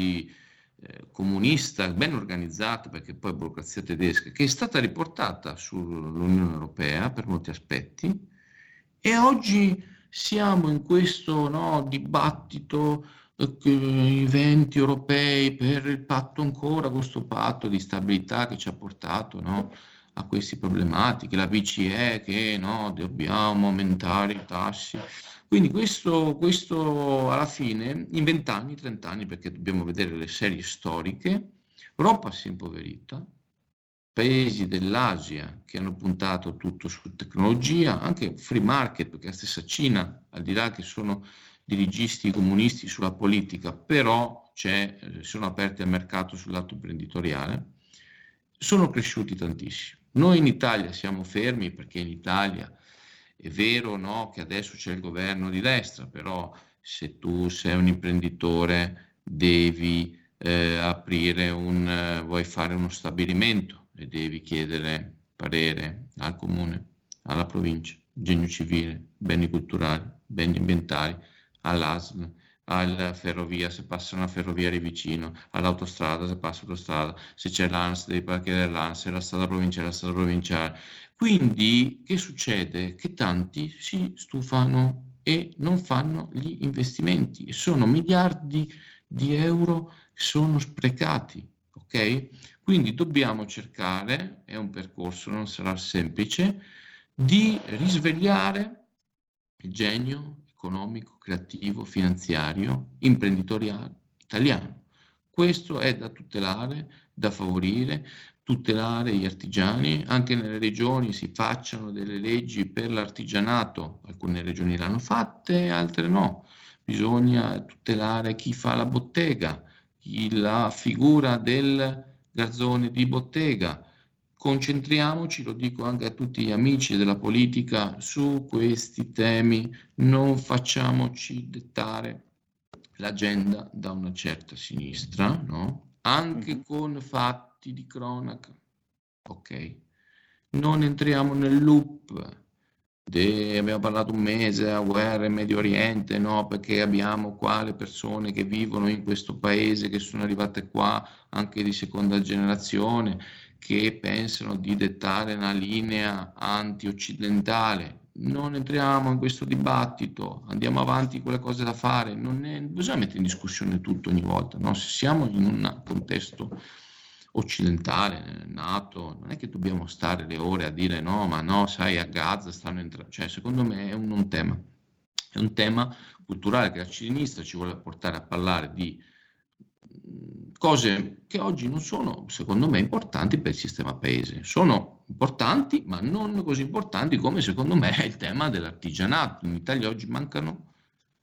comunista, ben organizzata, perché poi è burocrazia tedesca, che è stata riportata sull'Unione Europea per molti aspetti, e oggi siamo in questo dibattito, i 20 europei per il patto, ancora questo patto di stabilità che ci ha portato a queste problematiche, la BCE che dobbiamo aumentare i tassi. Quindi questo alla fine, in 20 anni, 30 anni, perché dobbiamo vedere le serie storiche, Europa si è impoverita, paesi dell'Asia che hanno puntato tutto su tecnologia, anche free market, perché la stessa Cina, al di là che sono dirigisti comunisti sulla politica, però sono aperti al mercato sul lato imprenditoriale, sono cresciuti tantissimo. Noi in Italia siamo fermi perché in Italia è vero che adesso c'è il governo di destra, però se tu sei un imprenditore devi vuoi fare uno stabilimento e devi chiedere parere al comune, alla provincia, genio civile, beni culturali, beni ambientali, all'ASL, alla ferrovia, se passa una ferrovia lì vicino, all'autostrada, se passa l'autostrada, se c'è l'ANS devi chiedere l'ANS, se la strada provinciale, la strada provinciale. Quindi che succede? Che tanti si stufano e non fanno gli investimenti, e sono miliardi di euro che sono sprecati, ok? Quindi dobbiamo cercare, è un percorso, non sarà semplice, di risvegliare il genio economico, creativo, finanziario, imprenditoriale italiano. Questo è da tutelare, da favorire, tutelare gli artigiani. Anche nelle regioni si facciano delle leggi per l'artigianato, alcune regioni l'hanno fatte, altre no. Bisogna tutelare chi fa la bottega, la figura del garzone di bottega. Concentriamoci, lo dico anche a tutti gli amici della politica, su questi temi, non facciamoci dettare l'agenda da una certa sinistra, anche con fatti di cronaca, ok? Non entriamo nel loop. Abbiamo parlato un mese a guerra in Medio Oriente, perché abbiamo qua le persone che vivono in questo paese, che sono arrivate qua anche di seconda generazione, che pensano di dettare una linea anti-occidentale. Non entriamo in questo dibattito, andiamo avanti con le cose da fare, non bisogna mettere in discussione tutto ogni volta, se siamo in un contesto occidentale, NATO, non è che dobbiamo stare le ore a dire sai, a Gaza stanno entrando, secondo me è un tema culturale che la sinistra ci vuole portare a parlare di cose che oggi non sono, secondo me, importanti per il sistema paese. Sono importanti, ma non così importanti come, secondo me, è il tema dell'artigianato. In Italia oggi mancano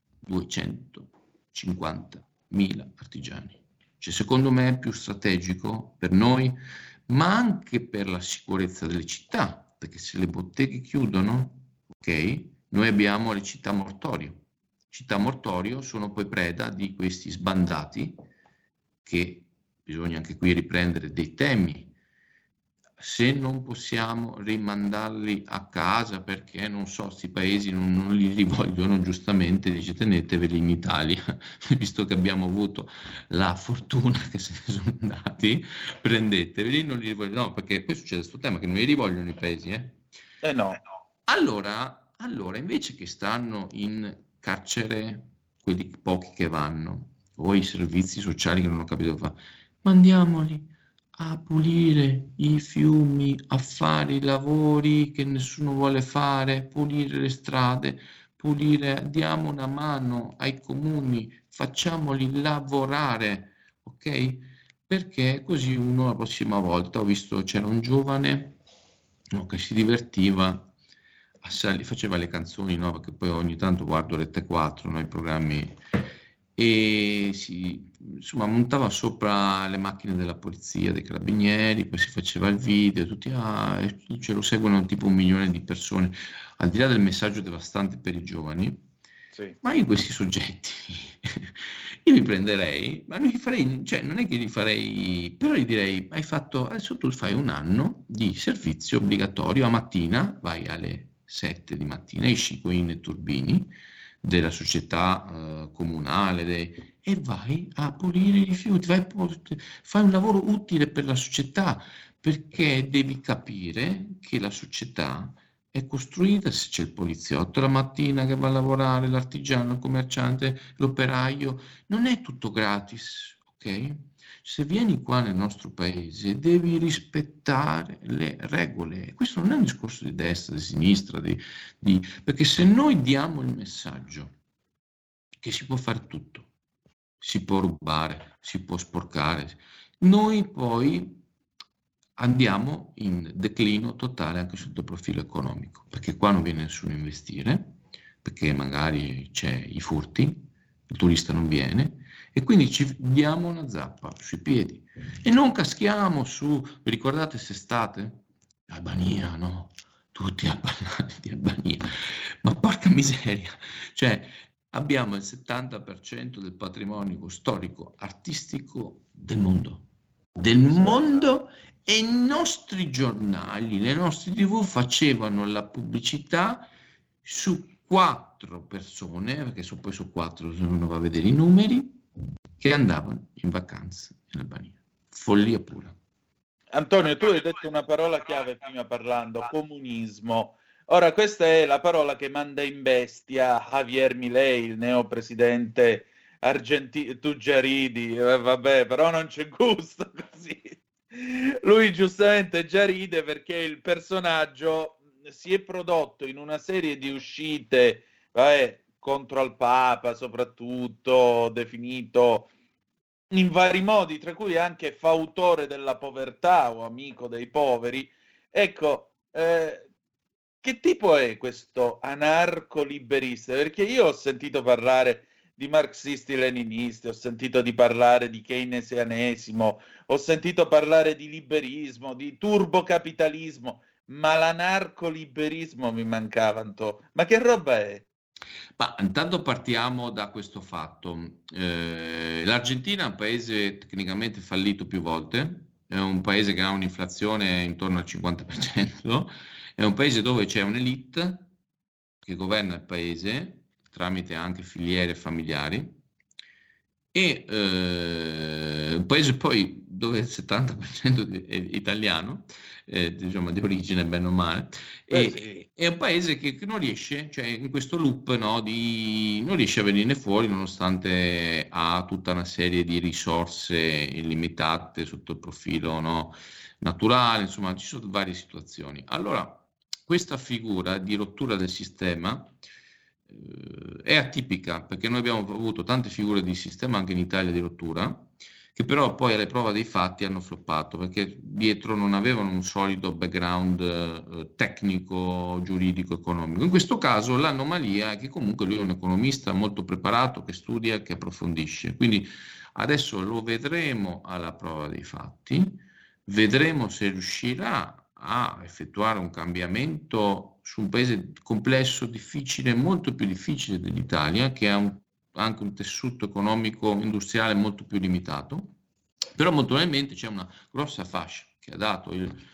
250.000 artigiani. Secondo me è più strategico per noi, ma anche per la sicurezza delle città, perché se le botteghe chiudono, ok, noi abbiamo le città mortorio. Città mortorio sono poi preda di questi sbandati, che bisogna anche qui riprendere dei temi se non possiamo rimandarli a casa perché, non so, questi paesi non li rivogliono, giustamente dice teneteveli in Italia, visto che abbiamo avuto la fortuna che se ne sono andati, prendeteveli, non li rivogliono, no, perché poi succede questo tema che non li rivogliono i paesi, no. Allora, invece che stanno in carcere quelli pochi che vanno, o i servizi sociali che non ho capito fare, mandiamoli a pulire i fiumi, a fare i lavori che nessuno vuole fare, pulire le strade, diamo una mano ai comuni, facciamoli lavorare, ok? Perché così uno la prossima volta, ho visto c'era un giovane che si divertiva, faceva le canzoni, no? Perché poi ogni tanto guardo Rete 4, no? I programmi, e insomma montava sopra le macchine della polizia, dei carabinieri, poi si faceva il video, tutti ce lo seguono tipo 1 milione di persone, al di là del messaggio devastante per i giovani. Sì. Ma io questi soggetti io li prenderei, ma non gli farei, cioè non è che li farei, però gli direi adesso tu fai 1 anno di servizio obbligatorio, a mattina vai alle 7 di mattina, esci con i netturbini della società comunale e vai a pulire i rifiuti, fai un lavoro utile per la società, perché devi capire che la società è costruita, se c'è il poliziotto la mattina che va a lavorare, l'artigiano, il commerciante, l'operaio, non è tutto gratis, ok? Se vieni qua nel nostro paese devi rispettare le regole. Questo non è un discorso di destra, di sinistra, perché se noi diamo il messaggio che si può fare tutto, si può rubare, si può sporcare, noi poi andiamo in declino totale anche sotto il profilo economico, perché qua non viene nessuno a investire, perché magari c'è i furti, il turista non viene, e quindi ci diamo una zappa sui piedi e non caschiamo su, vi ricordate quest'estate? Albania, no? Tutti a parlare di Albania, ma porca miseria, cioè abbiamo il 70% del patrimonio storico artistico del mondo e i nostri giornali, le nostre TV facevano la pubblicità su 4 persone, perché poi su 4 se uno va a vedere i numeri, che andavano in vacanza in Albania. Follia pura. Antonio, tu hai detto una parola chiave prima parlando, comunismo. Ora, questa è la parola che manda in bestia Javier Milei, il neopresidente argentino. Tu già ridi, vabbè, però non c'è gusto così. Lui giustamente già ride perché il personaggio si è prodotto in una serie di uscite, contro al Papa soprattutto, definito in vari modi, tra cui anche fautore della povertà o amico dei poveri. Ecco, che tipo è questo anarco-liberista? Perché io ho sentito parlare di marxisti-leninisti, ho sentito di parlare di keynesianesimo, ho sentito parlare di liberismo, di turbocapitalismo, ma l'anarco-liberismo mi mancava, Ma che roba è? Ma intanto partiamo da questo fatto. L'Argentina è un paese tecnicamente fallito più volte, è un paese che ha un'inflazione intorno al 50%, è un paese dove c'è un'elite che governa il paese tramite anche filiere familiari, e un paese poi dove il 70% è italiano, diciamo di origine bene o male, è un paese che non riesce, cioè in questo loop non riesce a venirne fuori, nonostante ha tutta una serie di risorse illimitate sotto il profilo naturale, insomma ci sono varie situazioni. Allora, questa figura di rottura del sistema è atipica, perché noi abbiamo avuto tante figure di sistema anche in Italia di rottura, che però poi alle prove dei fatti hanno floppato, perché dietro non avevano un solido background tecnico, giuridico, economico. In questo caso l'anomalia è che comunque lui è un economista molto preparato, che studia, che approfondisce. Quindi adesso lo vedremo alla prova dei fatti, vedremo se riuscirà a effettuare un cambiamento su un paese complesso, difficile, molto più difficile dell'Italia, che ha anche un tessuto economico industriale molto più limitato, però molto probabilmente c'è una grossa fascia che ha dato il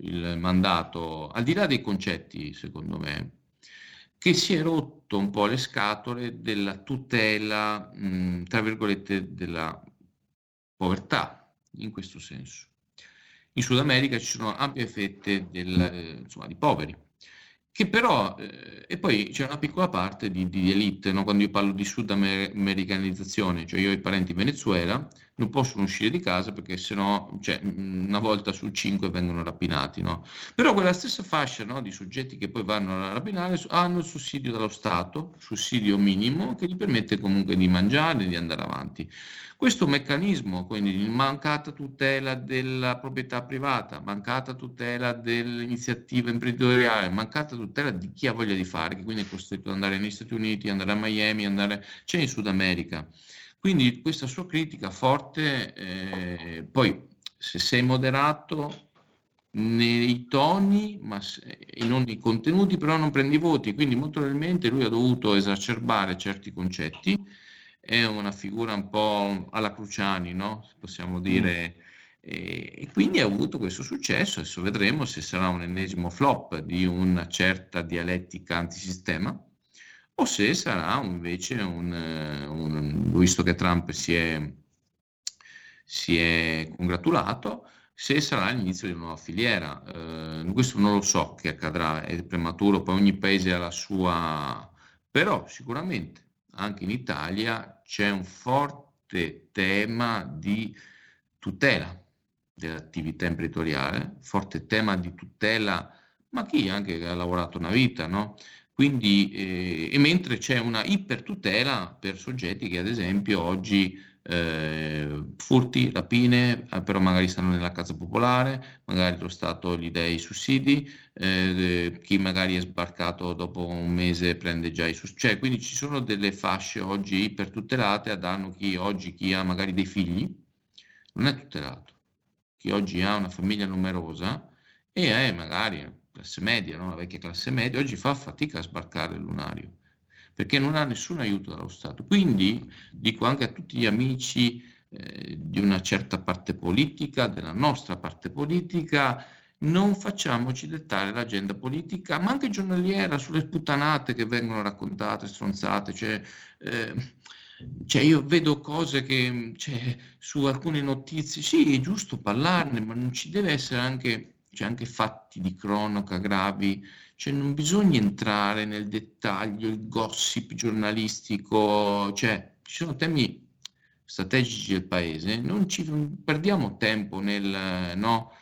il mandato, al di là dei concetti, secondo me, che si è rotto un po' le scatole della tutela, tra virgolette, della povertà, in questo senso. In Sud America ci sono ampie fette di poveri, che però, e poi c'è una piccola parte di elite, no? Quando io parlo di sudamericanizzazione, cioè io ho i parenti in Venezuela, non possono uscire di casa perché sennò, cioè, una volta su 5 vengono rapinati, no? Però quella stessa fascia, no, di soggetti che poi vanno a rapinare hanno il sussidio dallo Stato, sussidio minimo, che gli permette comunque di mangiare e di andare avanti. Questo meccanismo, quindi mancata tutela della proprietà privata, mancata tutela dell'iniziativa imprenditoriale, mancata tutela di chi ha voglia di fare, che quindi è costretto ad andare negli Stati Uniti, andare a Miami, c'è in Sud America. Quindi questa sua critica forte, poi se sei moderato nei toni e non nei contenuti, però non prendi voti, quindi molto probabilmente lui ha dovuto esacerbare certi concetti. È una figura un po' alla Cruciani, no? Possiamo dire, e quindi ha avuto questo successo. Adesso vedremo se sarà un ennesimo flop di una certa dialettica antisistema o se sarà invece visto che Trump si è congratulato, se sarà l'inizio di una nuova filiera. Questo non lo so che accadrà, è prematuro, poi ogni paese ha la sua, però sicuramente anche in Italia c'è un forte tema di tutela dell'attività imprenditoriale, forte tema di tutela, ma chi anche ha lavorato una vita, no? Quindi, e mentre c'è una ipertutela per soggetti che ad esempio oggi furti, rapine, però magari stanno nella casa popolare, magari lo Stato gli dà i sussidi, chi magari è sbarcato dopo un mese prende già i sussidi, cioè quindi ci sono delle fasce oggi ipertutelate a danno chi ha magari dei figli, non è tutelato, chi oggi ha una famiglia numerosa e è magari classe media, no? La vecchia classe media, oggi fa fatica a sbarcare il lunario, perché non ha nessun aiuto dallo Stato. Quindi dico anche a tutti gli amici di una certa parte politica, della nostra parte politica, non facciamoci dettare l'agenda politica, ma anche giornaliera, sulle puttanate che vengono raccontate, stronzate, cioè io vedo cose che su alcune notizie, sì, è giusto parlarne, ma non ci deve essere anche fatti di cronaca gravi, cioè non bisogna entrare nel dettaglio, il gossip giornalistico, cioè ci sono temi strategici del paese, non perdiamo tempo nella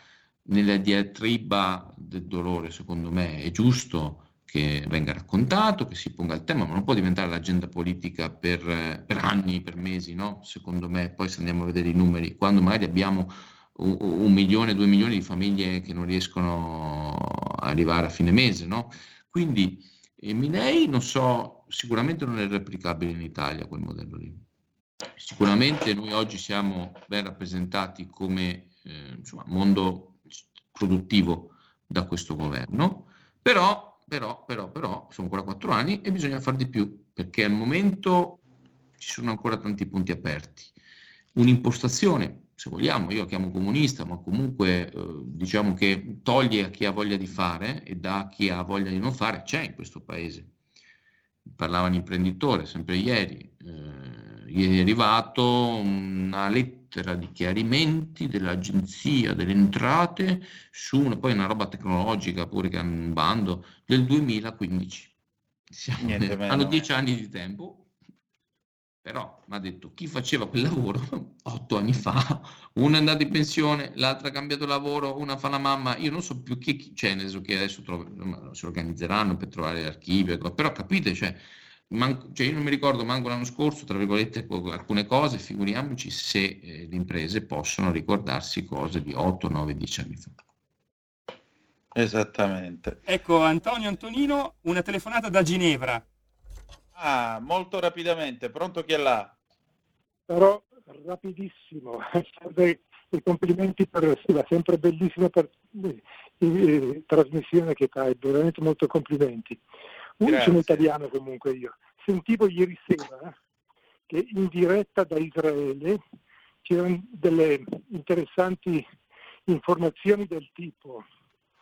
diatriba del dolore. Secondo me è giusto che venga raccontato, che si ponga il tema, ma non può diventare l'agenda politica per anni, per mesi, no? Secondo me, poi se andiamo a vedere i numeri, quando magari abbiamo 1 milione, 2 milioni di famiglie che non riescono a arrivare a fine mese, no? Quindi Minei, non so, sicuramente non è replicabile in Italia quel modello lì. Sicuramente noi oggi siamo ben rappresentati come mondo produttivo da questo governo, però sono ancora 4 anni e bisogna fare di più, perché al momento ci sono ancora tanti punti aperti. Un'impostazione, se vogliamo, io la chiamo comunista, ma comunque diciamo che toglie a chi ha voglia di fare e dà a chi ha voglia di non fare, c'è in questo paese. Parlava un imprenditore sempre ieri è arrivato una lettera di chiarimenti dell'Agenzia delle Entrate su poi una roba tecnologica pure che hanno un bando del 2015. Hanno 10 anni di tempo. Però mi ha detto chi faceva quel lavoro 8 anni fa, uno è andato in pensione, l'altro ha cambiato lavoro, una fa la mamma, io non so più chi c'è, nel senso che adesso si organizzeranno per trovare l'archivio, però capite, cioè io non mi ricordo manco l'anno scorso, tra virgolette, alcune cose, figuriamoci se le imprese possono ricordarsi cose di 8, 9, 10 anni fa. Esattamente. Ecco, Antonino, una telefonata da Ginevra. Molto rapidamente, pronto chi è là? Però rapidissimo, i complimenti per la sempre bellissima trasmissione che fai, veramente molto complimenti. Sono italiano comunque io. Sentivo ieri sera che in diretta da Israele c'erano delle interessanti informazioni del tipo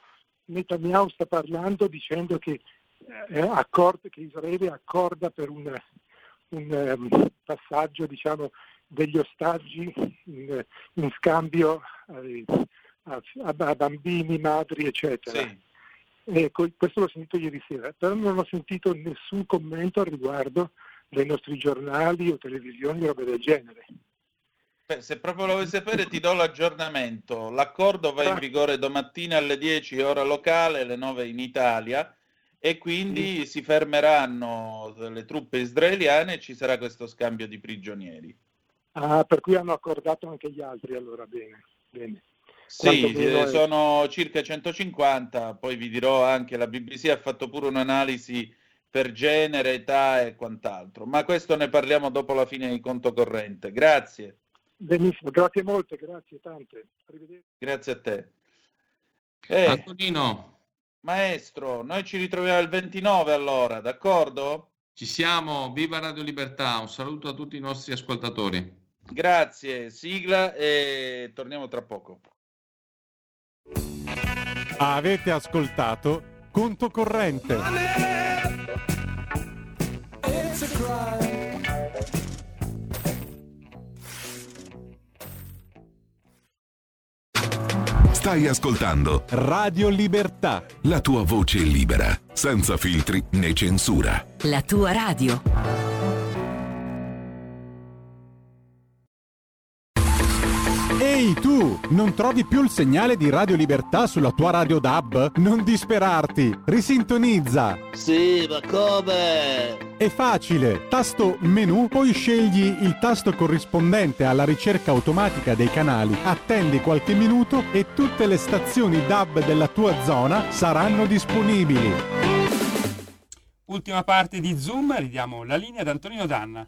Netanyahu sta parlando dicendo che Israele accorda per un passaggio, diciamo, degli ostaggi in scambio a bambini, madri, eccetera. Sì. Questo l'ho sentito ieri sera, però non ho sentito nessun commento al riguardo dai nostri giornali o televisioni o robe del genere. Se proprio lo vuoi sapere ti do l'aggiornamento. L'accordo va in vigore domattina alle 10 ora locale, alle 9 in Italia, e quindi si fermeranno le truppe israeliane e ci sarà questo scambio di prigionieri. Ah, per cui hanno accordato anche gli altri, allora bene. Sì, sono circa 150, poi vi dirò anche, la BBC ha fatto pure un'analisi per genere, età e quant'altro, ma questo ne parliamo dopo la fine di conto corrente. Grazie. Benissimo, grazie molte, grazie tante. Arrivederci. Grazie a te. Antonino. Maestro, noi ci ritroviamo il 29 allora, d'accordo? Ci siamo, viva Radio Libertà, un saluto a tutti i nostri ascoltatori. Grazie, sigla e torniamo tra poco. Avete ascoltato Conto Corrente. Stai ascoltando Radio Libertà, la tua voce libera, senza filtri né censura. La tua radio. Ehi tu, non trovi più il segnale di Radio Libertà sulla tua radio DAB? Non disperarti, risintonizza. Sì, ma come? È facile, tasto menu, poi scegli il tasto corrispondente alla ricerca automatica dei canali, attendi qualche minuto e tutte le stazioni DAB della tua zona saranno disponibili. Ultima parte di Zoom, ridiamo la linea ad Antonino Danna.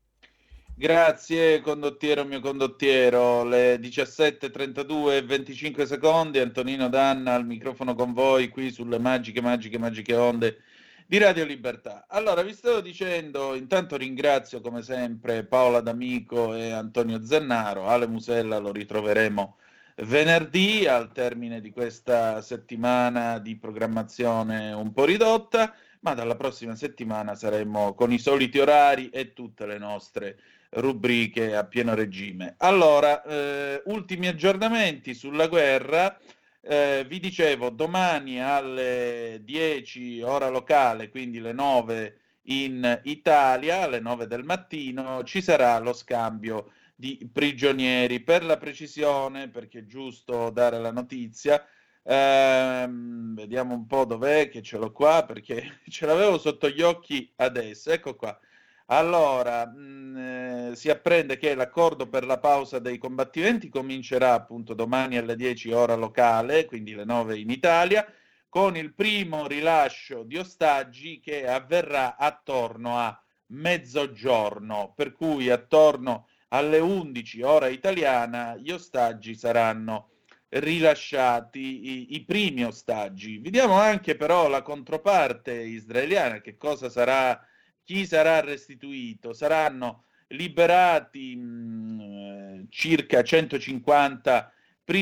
Grazie condottiero, mio condottiero, le 17:32 e 25 secondi, Antonino Danna al microfono con voi qui sulle magiche onde di Radio Libertà. Allora, vi stavo dicendo, intanto ringrazio come sempre Paola D'Amico e Antonio Zennaro. Ale Musella lo ritroveremo venerdì al termine di questa settimana di programmazione un po' ridotta, ma dalla prossima settimana saremo con i soliti orari e tutte le nostre rubriche a pieno regime. Allora, ultimi aggiornamenti sulla guerra. Vi dicevo, domani alle 10 ora locale, quindi le 9 in Italia, alle 9 del mattino, ci sarà lo scambio di prigionieri. Per la precisione, perché è giusto dare la notizia, vediamo un po' dov'è, che ce l'ho qua, perché ce l'avevo sotto gli occhi adesso, ecco qua. Allora, si apprende che l'accordo per la pausa dei combattimenti comincerà appunto domani alle 10 ora locale, quindi le 9 in Italia, con il primo rilascio di ostaggi che avverrà attorno a mezzogiorno, per cui attorno alle 11 ora italiana gli ostaggi saranno rilasciati, i primi ostaggi. Vediamo anche però la controparte israeliana, che cosa sarà. Chi sarà restituito? Saranno liberati circa 150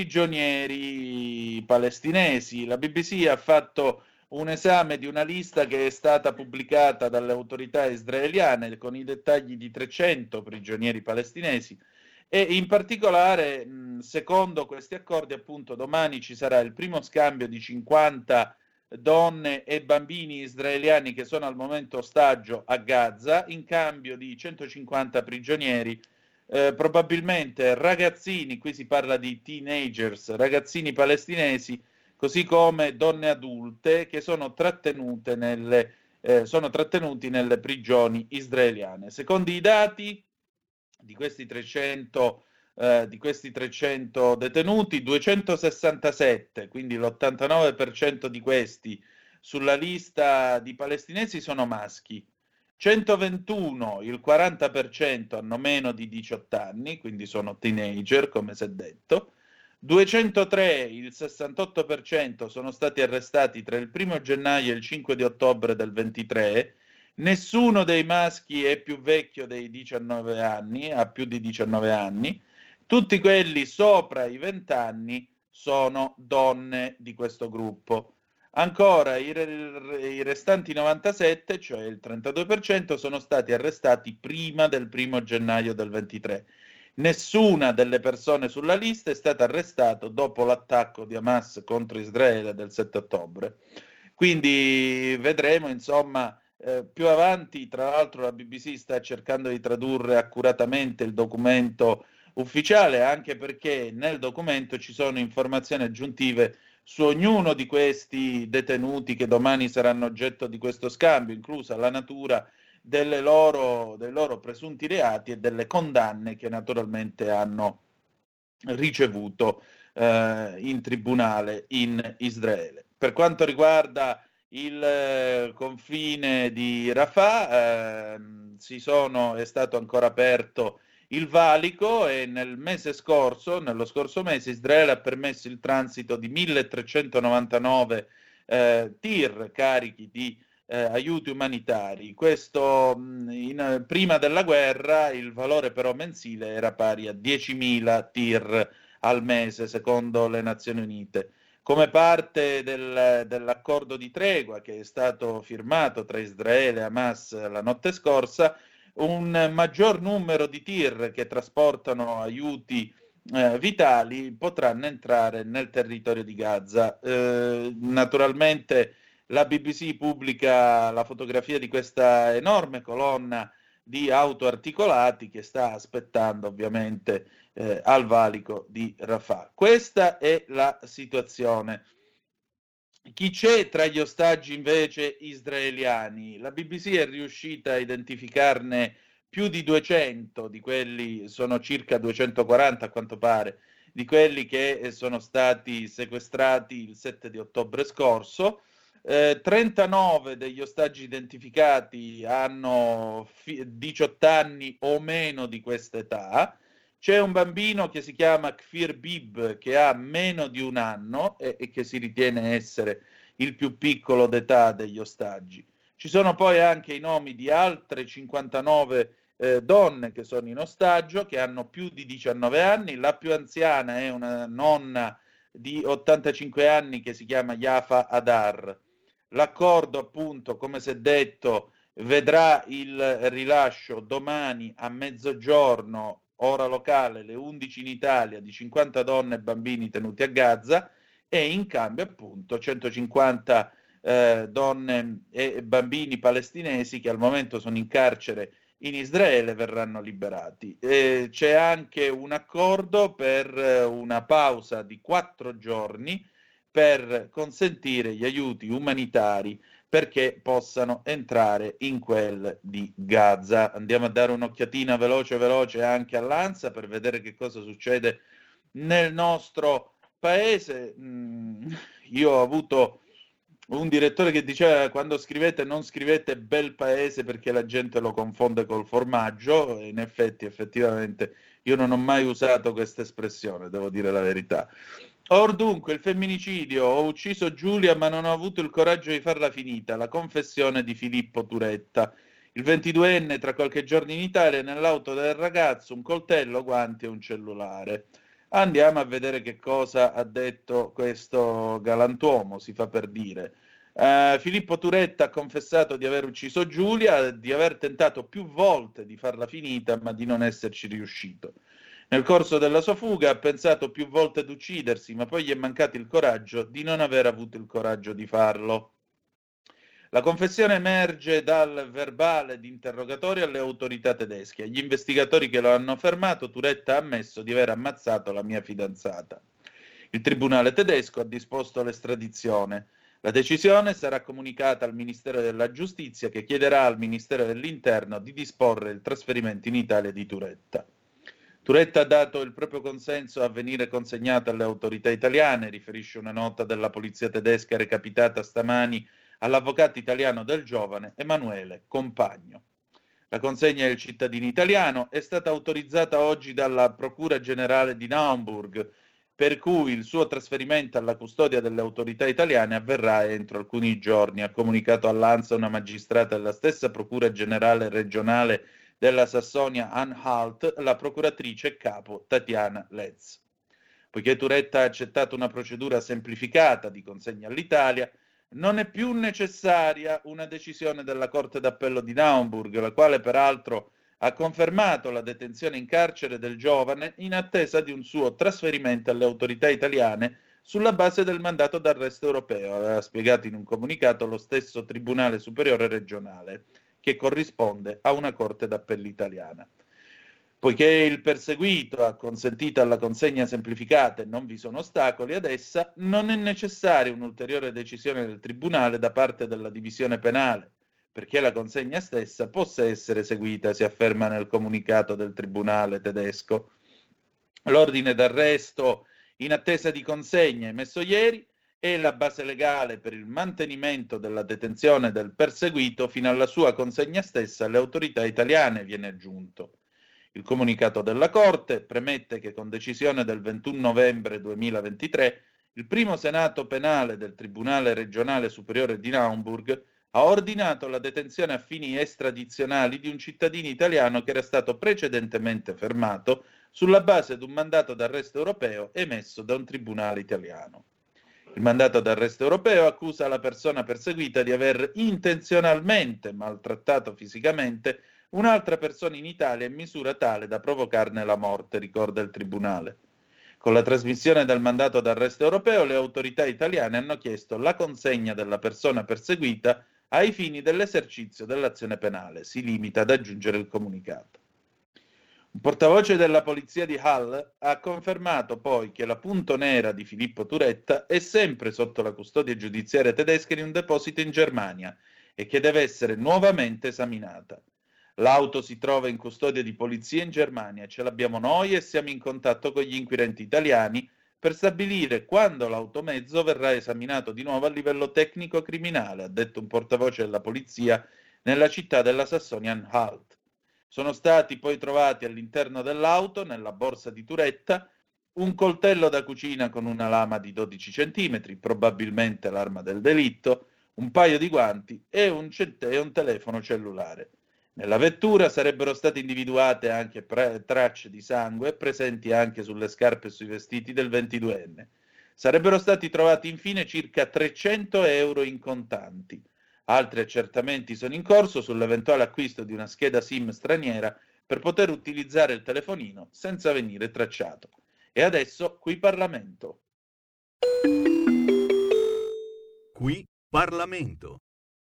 prigionieri palestinesi. La BBC ha fatto un esame di una lista che è stata pubblicata dalle autorità israeliane con i dettagli di 300 prigionieri palestinesi e in particolare, secondo questi accordi, appunto domani ci sarà il primo scambio di 50 donne e bambini israeliani che sono al momento ostaggio a Gaza in cambio di 150 prigionieri, probabilmente ragazzini, qui si parla di teenagers, ragazzini palestinesi, così come donne adulte che sono trattenuti nelle prigioni israeliane. Secondo i dati di questi 300 detenuti, 267, quindi l'89% di questi sulla lista di palestinesi sono maschi, 121, il 40% hanno meno di 18 anni, quindi sono teenager, come si è detto, 203, il 68% sono stati arrestati tra il 1 gennaio e il 5 di ottobre del 23, nessuno dei maschi è più vecchio dei 19 anni, ha più di 19 anni, tutti quelli sopra i 20 anni sono donne di questo gruppo. Ancora i restanti 97, cioè il 32%, sono stati arrestati prima del 1 gennaio del 23. Nessuna delle persone sulla lista è stata arrestata dopo l'attacco di Hamas contro Israele del 7 ottobre. Quindi vedremo, insomma, più avanti. Tra l'altro la BBC sta cercando di tradurre accuratamente il documento ufficiale, anche perché nel documento ci sono informazioni aggiuntive su ognuno di questi detenuti che domani saranno oggetto di questo scambio, inclusa la natura dei loro presunti reati e delle condanne che naturalmente hanno ricevuto in tribunale in Israele. Per quanto riguarda il confine di Rafah, è stato ancora aperto il valico e nello scorso mese Israele ha permesso il transito di 1399 tir carichi di aiuti umanitari. Questo prima della guerra il valore però mensile era pari a 10.000 tir al mese, secondo le Nazioni Unite. Come parte dell'accordo di tregua che è stato firmato tra Israele e Hamas la notte scorsa, un maggior numero di tir che trasportano aiuti vitali potranno entrare nel territorio di Gaza. Naturalmente la BBC pubblica la fotografia di questa enorme colonna di autoarticolati che sta aspettando ovviamente al valico di Rafah. Questa è la situazione. Chi c'è tra gli ostaggi invece israeliani? La BBC è riuscita a identificarne più di 200, di quelli sono circa 240 a quanto pare, di quelli che sono stati sequestrati il 7 di ottobre scorso. 39 degli ostaggi identificati hanno 18 anni o meno di questa età. C'è un bambino che si chiama Kfir Bib che ha meno di un anno e che si ritiene essere il più piccolo d'età degli ostaggi. Ci sono poi anche i nomi di altre 59 donne che sono in ostaggio, che hanno più di 19 anni. La più anziana è una nonna di 85 anni che si chiama Yafa Adar. L'accordo, appunto, come si è detto, vedrà il rilascio domani a mezzogiorno, ora locale, le 11 in Italia, di 50 donne e bambini tenuti a Gaza, e in cambio, appunto, 150 donne e bambini palestinesi che al momento sono in carcere in Israele verranno liberati. C'è anche un accordo per una pausa di 4 giorni per consentire gli aiuti umanitari perché possano entrare in quel di Gaza. Andiamo a dare un'occhiatina veloce anche all'ANSA per vedere che cosa succede nel nostro paese. Io ho avuto un direttore che diceva: quando scrivete non scrivete bel paese perché la gente lo confonde col formaggio, e in effettivamente io non ho mai usato questa espressione, devo dire la verità. Or dunque, il femminicidio: ho ucciso Giulia ma non ho avuto il coraggio di farla finita, la confessione di Filippo Turetta. Il 22enne tra qualche giorno in Italia, nell'auto del ragazzo, un coltello, guanti e un cellulare. Andiamo a vedere che cosa ha detto questo galantuomo, si fa per dire. Filippo Turetta ha confessato di aver ucciso Giulia, di aver tentato più volte di farla finita, ma di non esserci riuscito. Nel corso della sua fuga ha pensato più volte ad uccidersi, ma poi gli è mancato il coraggio di non aver avuto il coraggio di farlo. La confessione emerge dal verbale di interrogatorio alle autorità tedesche. Agli investigatori che lo hanno fermato, Turetta ha ammesso di aver ammazzato la mia fidanzata. Il tribunale tedesco ha disposto l'estradizione. La decisione sarà comunicata al Ministero della Giustizia, che chiederà al Ministero dell'Interno di disporre il trasferimento in Italia di Turetta. Turetta ha dato il proprio consenso a venire consegnato alle autorità italiane, riferisce una nota della polizia tedesca recapitata stamani all'avvocato italiano del giovane Emanuele Compagno. La consegna del cittadino italiano è stata autorizzata oggi dalla Procura Generale di Naumburg, per cui il suo trasferimento alla custodia delle autorità italiane avverrà entro alcuni giorni, ha comunicato all'ANSA una magistrata della stessa Procura Generale regionale della Sassonia-Anhalt, la procuratrice capo Tatiana Letz. Poiché Turetta ha accettato una procedura semplificata di consegna all'Italia, Non è più necessaria una decisione della Corte d'Appello di Naumburg, la quale peraltro ha confermato la detenzione in carcere del giovane in attesa di un suo trasferimento alle autorità italiane sulla base del mandato d'arresto europeo, aveva spiegato in un comunicato lo stesso Tribunale Superiore Regionale, che corrisponde a una Corte d'Appello italiana. Poiché il perseguito ha consentito alla consegna semplificata e non vi sono ostacoli ad essa, non è necessaria un'ulteriore decisione del Tribunale da parte della divisione penale, perché la consegna stessa possa essere eseguita, si afferma nel comunicato del Tribunale tedesco. L'ordine d'arresto in attesa di consegna emesso ieri è la base legale per il mantenimento della detenzione del perseguito fino alla sua consegna stessa alle autorità italiane, viene aggiunto. Il comunicato della Corte premette che con decisione del 21 novembre 2023 il primo Senato penale del Tribunale regionale superiore di Naumburg ha ordinato la detenzione a fini estradizionali di un cittadino italiano che era stato precedentemente fermato sulla base di un mandato d'arresto europeo emesso da un tribunale italiano. Il mandato d'arresto europeo accusa la persona perseguita di aver intenzionalmente maltrattato fisicamente un'altra persona in Italia in misura tale da provocarne la morte, ricorda il Tribunale. Con la trasmissione del mandato d'arresto europeo, le autorità italiane hanno chiesto la consegna della persona perseguita ai fini dell'esercizio dell'azione penale. Si limita ad aggiungere il comunicato. Un portavoce della polizia di Halle ha confermato poi che la punto nera di Filippo Turetta è sempre sotto la custodia giudiziaria tedesca in un deposito in Germania e che deve essere nuovamente esaminata. L'auto si trova in custodia di polizia in Germania, ce l'abbiamo noi e siamo in contatto con gli inquirenti italiani per stabilire quando l'automezzo verrà esaminato di nuovo a livello tecnico-criminale, ha detto un portavoce della polizia nella città della Sassonia-Anhalt. Sono stati poi trovati all'interno dell'auto, nella borsa di Turetta, un coltello da cucina con una lama di 12 cm, probabilmente l'arma del delitto, un paio di guanti e un telefono cellulare. Nella vettura sarebbero state individuate anche tracce di sangue presenti anche sulle scarpe e sui vestiti del 22enne. Sarebbero stati trovati infine circa 300 euro in contanti. Altri accertamenti sono in corso sull'eventuale acquisto di una scheda SIM straniera per poter utilizzare il telefonino senza venire tracciato. E adesso qui Parlamento. Qui Parlamento.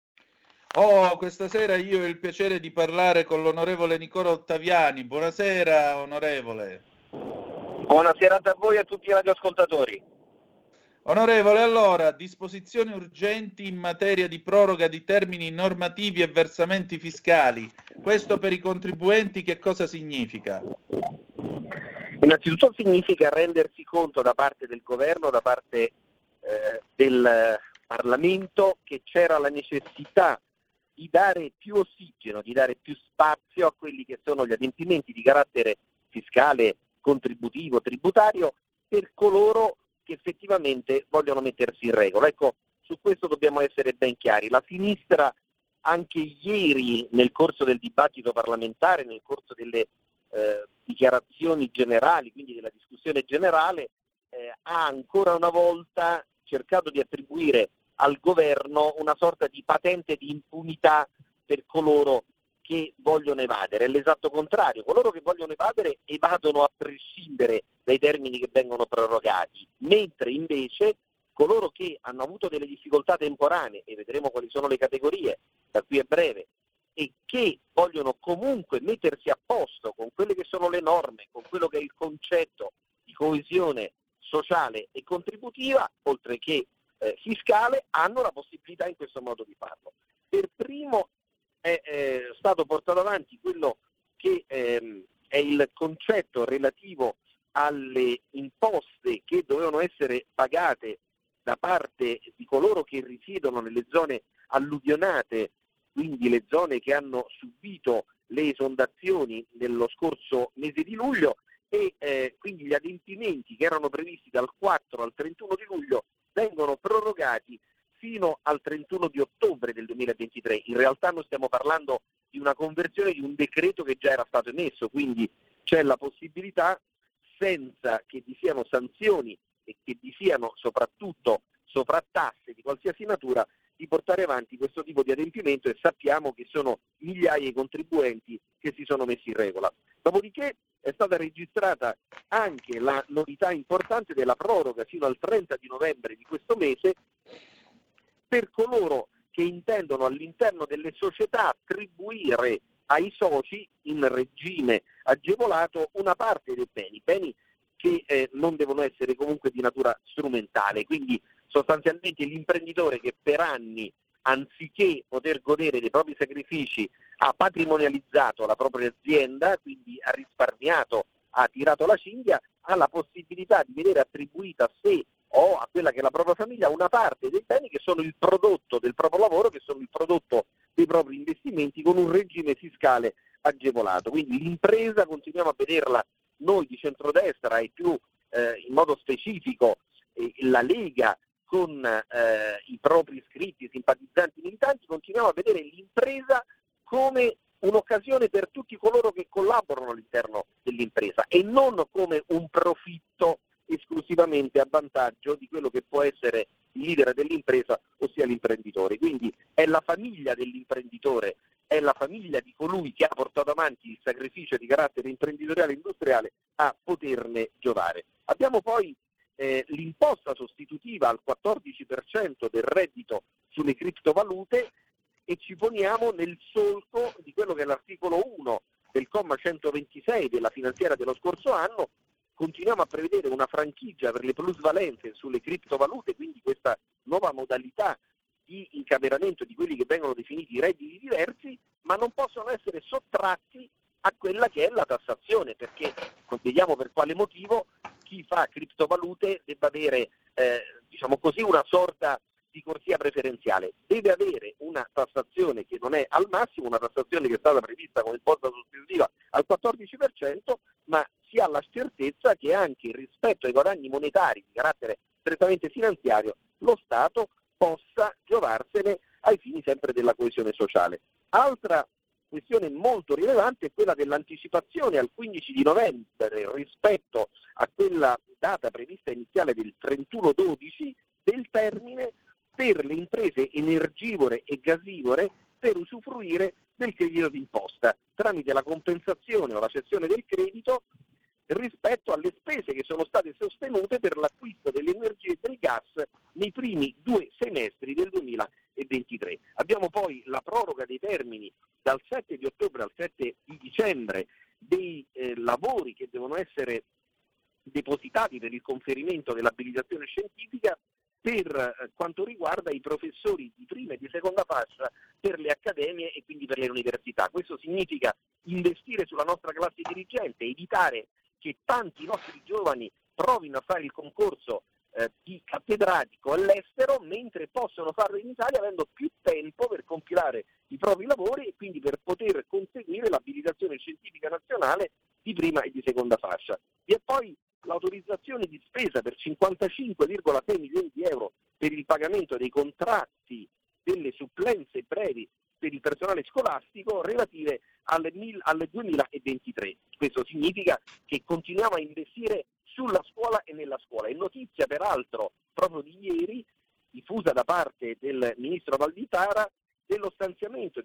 Questa sera io ho il piacere di parlare con l'onorevole Nicola Ottaviani. Buonasera, onorevole. Buonasera a voi e a tutti i radioascoltatori. Onorevole, allora, disposizioni urgenti in materia di proroga di termini normativi e versamenti fiscali. Questo per i contribuenti che cosa significa? Innanzitutto significa rendersi conto da parte del governo, da parte del Parlamento, che c'era la necessità di dare più ossigeno, di dare più spazio a quelli che sono gli adempimenti di carattere fiscale, contributivo, tributario per coloro che effettivamente vogliono mettersi in regola. Ecco, su questo dobbiamo essere ben chiari. La sinistra anche ieri nel corso del dibattito parlamentare, nel corso delle dichiarazioni generali, quindi della discussione generale, ha ancora una volta cercato di attribuire al governo una sorta di patente di impunità per coloro che vogliono evadere. È l'esatto contrario, coloro che vogliono evadere evadono a prescindere dai termini che vengono prorogati, mentre invece coloro che hanno avuto delle difficoltà temporanee, e vedremo quali sono le categorie da qui a breve, e che vogliono comunque mettersi a posto con quelle che sono le norme, con quello che è il concetto di coesione sociale e contributiva, oltre che fiscale, hanno la possibilità in questo modo di farlo. Per primo è stato portato avanti quello che è il concetto relativo alle imposte che dovevano essere pagate da parte di coloro che risiedono nelle zone alluvionate, quindi le zone che hanno subito le esondazioni nello scorso mese di luglio, e quindi gli adempimenti che erano previsti dal 4 al 31 di luglio vengono prorogati fino al 31 di ottobre del 2023. In realtà noi stiamo parlando di una conversione di un decreto che già era stato emesso, quindi c'è la possibilità, senza che vi siano sanzioni e che vi siano soprattutto sovrattasse di qualsiasi natura, di portare avanti questo tipo di adempimento, e sappiamo che sono migliaia i contribuenti che si sono messi in regola. Dopodiché è stata registrata anche la novità importante della proroga fino al 30 di novembre di questo mese per coloro che intendono all'interno delle società attribuire ai soci in regime agevolato una parte dei beni che non devono essere comunque di natura strumentale, quindi sostanzialmente l'imprenditore che per anni, anziché poter godere dei propri sacrifici, ha patrimonializzato la propria azienda, quindi ha risparmiato, ha tirato la cinghia, ha la possibilità di vedere attribuita a sé o a quella che è la propria famiglia una parte dei beni che sono il prodotto del proprio lavoro, che sono il prodotto dei propri investimenti, con un regime fiscale agevolato. Quindi l'impresa continuiamo a vederla noi di centrodestra e più in modo specifico la Lega con i propri iscritti, simpatizzanti, militanti, continuiamo a vedere l'impresa come un'occasione per tutti coloro che collaborano all'interno dell'impresa e non come un profitto esclusivamente a vantaggio di quello che può essere il leader dell'impresa, ossia l'imprenditore. Quindi è la famiglia dell'imprenditore, è la famiglia di colui che ha portato avanti il sacrificio di carattere imprenditoriale e industriale a poterne giovare. Abbiamo poi l'imposta sostitutiva al 14% del reddito sulle criptovalute e ci poniamo nel solco di quello che è l'articolo 1 del comma 126 della finanziaria dello scorso anno. Continuiamo a prevedere una franchigia per le plusvalenze sulle criptovalute, quindi questa nuova modalità di incameramento di quelli che vengono definiti redditi diversi, ma non possono essere sottratti a quella che è la tassazione, perché non vediamo per quale motivo chi fa criptovalute debba avere diciamo così una sorta di corsia preferenziale. Deve avere una tassazione che non è al massimo, una tassazione che è stata prevista come imposta sostitutiva al 14%, ma si ha la certezza che anche rispetto ai guadagni monetari di carattere strettamente finanziario lo Stato possa giovarsene ai fini sempre della coesione sociale. Altra questione molto rilevante è quella dell'anticipazione al 15 di novembre rispetto a quella data prevista iniziale del 31/12 del termine per le imprese energivore e gasivore per usufruire del credito d'imposta tramite la compensazione o la cessione del credito rispetto alle spese che sono state sostenute per l'acquisto dell'energia e del gas nei primi 2 semestri del 2023. Abbiamo poi la proroga dei termini dal 7 di ottobre al 7 di dicembre dei lavori che devono essere depositati per il conferimento dell'abilitazione scientifica per quanto riguarda i professori di prima e di seconda fascia per le accademie e quindi per le università. Questo significa investire sulla nostra classe dirigente, evitare che tanti nostri giovani provino a fare il concorso di cattedratico all'estero, mentre possono farlo in Italia avendo più tempo per compilare i propri lavori e quindi per poter conseguire l'abilitazione scientifica nazionale di prima e di seconda fascia. E poi l'autorizzazione di spesa per 55,6 milioni di euro per il pagamento dei contratti delle supplenze brevi per il personale scolastico relative alle 2023. Questo significa che continuiamo a investire sulla scuola e nella scuola. È notizia peraltro proprio di ieri, diffusa da parte del ministro Valditara, dello stanziamento di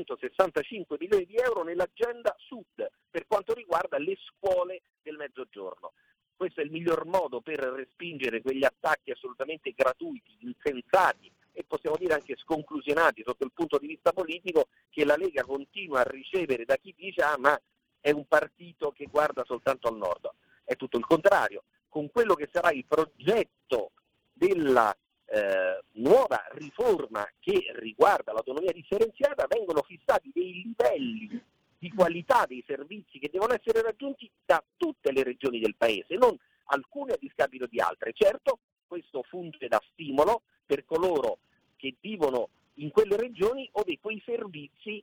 265 milioni di euro nell'agenda Sud per quanto riguarda le scuole del Mezzogiorno. Questo è il miglior modo per respingere quegli attacchi assolutamente gratuiti, insensati e possiamo dire anche sconclusionati sotto il punto di vista politico che la Lega continua a ricevere da chi dice ma è un partito che guarda soltanto al nord. È tutto il contrario. Con quello che sarà il progetto della nuova riforma che riguarda l'autonomia differenziata vengono fissati dei livelli di qualità dei servizi che devono essere raggiunti da tutte le regioni del paese, non alcune a discapito di altre. Certo, questo funge da stimolo per coloro che vivono in quelle regioni o di quei servizi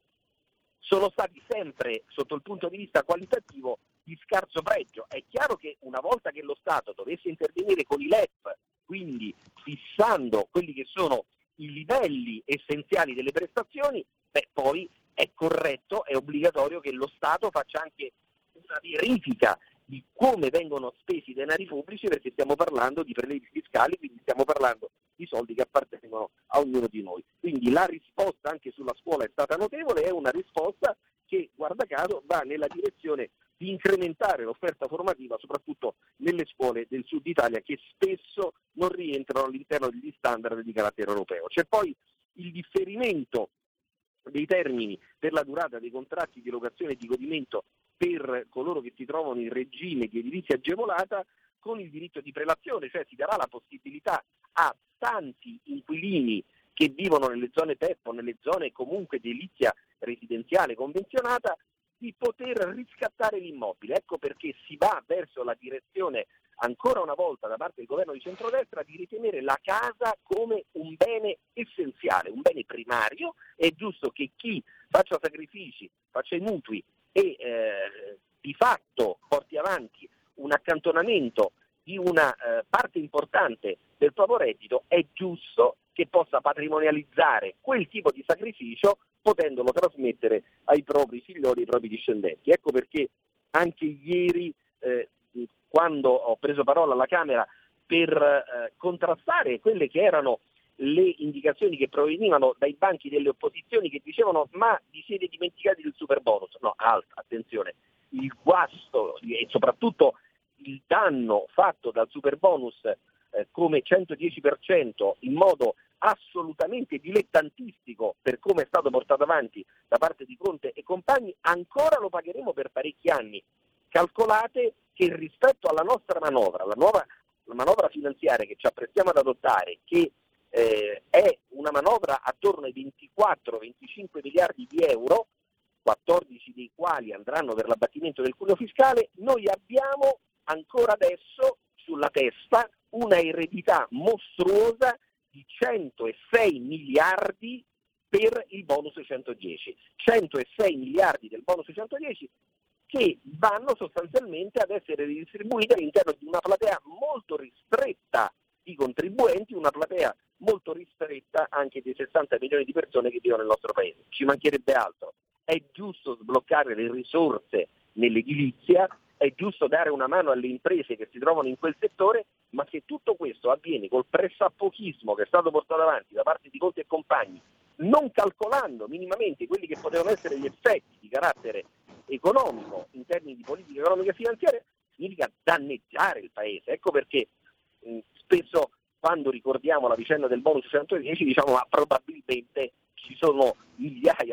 sono stati sempre, sotto il punto di vista qualitativo, di scarso pregio. È chiaro che una volta che lo Stato dovesse intervenire con i LEP, quindi fissando quelli che sono i livelli essenziali delle prestazioni, poi è corretto, è obbligatorio che lo Stato faccia anche una verifica di come vengono spesi i denari pubblici, perché stiamo parlando di prelievi fiscali, quindi stiamo parlando di soldi che appartengono a ognuno di noi. Quindi la risposta anche sulla scuola è stata notevole, è una risposta che, guarda caso, va nella direzione di incrementare l'offerta formativa, soprattutto nelle scuole del sud Italia, che spesso non rientrano all'interno degli standard di carattere europeo. C'è poi il differimento dei termini per la durata dei contratti di locazione e di godimento per coloro che si trovano in regime di edilizia agevolata con il diritto di prelazione, cioè si darà la possibilità a tanti inquilini che vivono nelle zone PEP o nelle zone comunque di edilizia residenziale convenzionata di poter riscattare l'immobile. Ecco perché si va verso la direzione, ancora una volta da parte del governo di centrodestra, di ritenere la casa come un bene essenziale, un bene primario. È giusto che chi faccia sacrifici, faccia i mutui e di fatto porti avanti un accantonamento di una parte importante del proprio reddito, è giusto che possa patrimonializzare quel tipo di sacrificio potendolo trasmettere ai propri figlioli, ai propri discendenti. Ecco perché anche ieri, quando ho preso parola alla Camera per contrastare quelle che erano le indicazioni che provenivano dai banchi delle opposizioni che dicevano ma vi siete dimenticati del superbonus. No, attenzione, il guasto e soprattutto il danno fatto dal superbonus come 110% in modo assolutamente dilettantistico per come è stato portato avanti da parte di Conte e compagni, ancora lo pagheremo per parecchi anni. Calcolate che rispetto alla nostra manovra, la manovra finanziaria che ci apprestiamo ad adottare, che è una manovra attorno ai 24-25 miliardi di euro, 14 dei quali andranno per l'abbattimento del cuneo fiscale, noi abbiamo ancora adesso sulla testa una eredità mostruosa di 106 miliardi per il bonus 110. 106 miliardi del bonus 110 che vanno sostanzialmente ad essere ridistribuiti all'interno di una platea molto ristretta di contribuenti, una platea molto ristretta anche dei 60 milioni di persone che vivono nel nostro paese. Ci mancherebbe altro. È giusto sbloccare le risorse nell'edilizia, è giusto dare una mano alle imprese che si trovano in quel settore, ma se tutto questo avviene col pressappochismo che è stato portato avanti da parte di Conte e compagni, non calcolando minimamente quelli che potevano essere gli effetti di carattere economico in termini di politica economica e finanziaria, significa danneggiare il paese. Ecco perché spesso quando ricordiamo la vicenda del bonus 110 diciamo ma probabilmente ci sono migliaia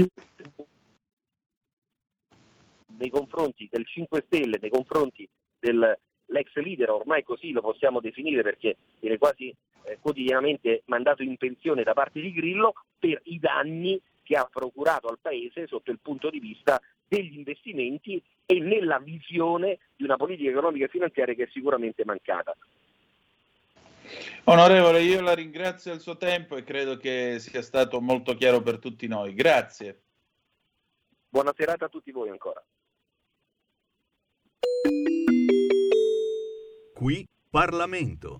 nei confronti del 5 Stelle, nei confronti dell'ex leader, ormai così lo possiamo definire perché viene quasi quotidianamente mandato in pensione da parte di Grillo, per i danni che ha procurato al Paese sotto il punto di vista degli investimenti e nella visione di una politica economica e finanziaria che è sicuramente mancata. Onorevole, io la ringrazio del suo tempo e credo che sia stato molto chiaro per tutti noi. Grazie. Buona serata a tutti voi ancora. Qui Parlamento.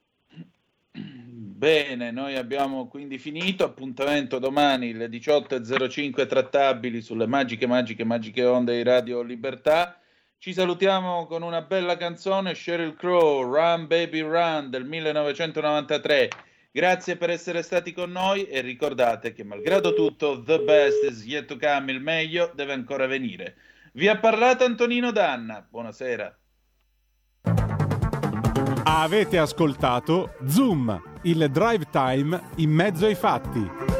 Bene, noi abbiamo quindi finito. Appuntamento domani alle 18.05 trattabili sulle magiche onde di Radio Libertà. Ci salutiamo con una bella canzone, Sheryl Crow, Run Baby Run del 1993. Grazie per essere stati con noi e ricordate che malgrado tutto, the best is yet to come, il meglio deve ancora venire. Vi ha parlato Antonino Danna, buonasera. Avete ascoltato Zoom, il drive time in mezzo ai fatti.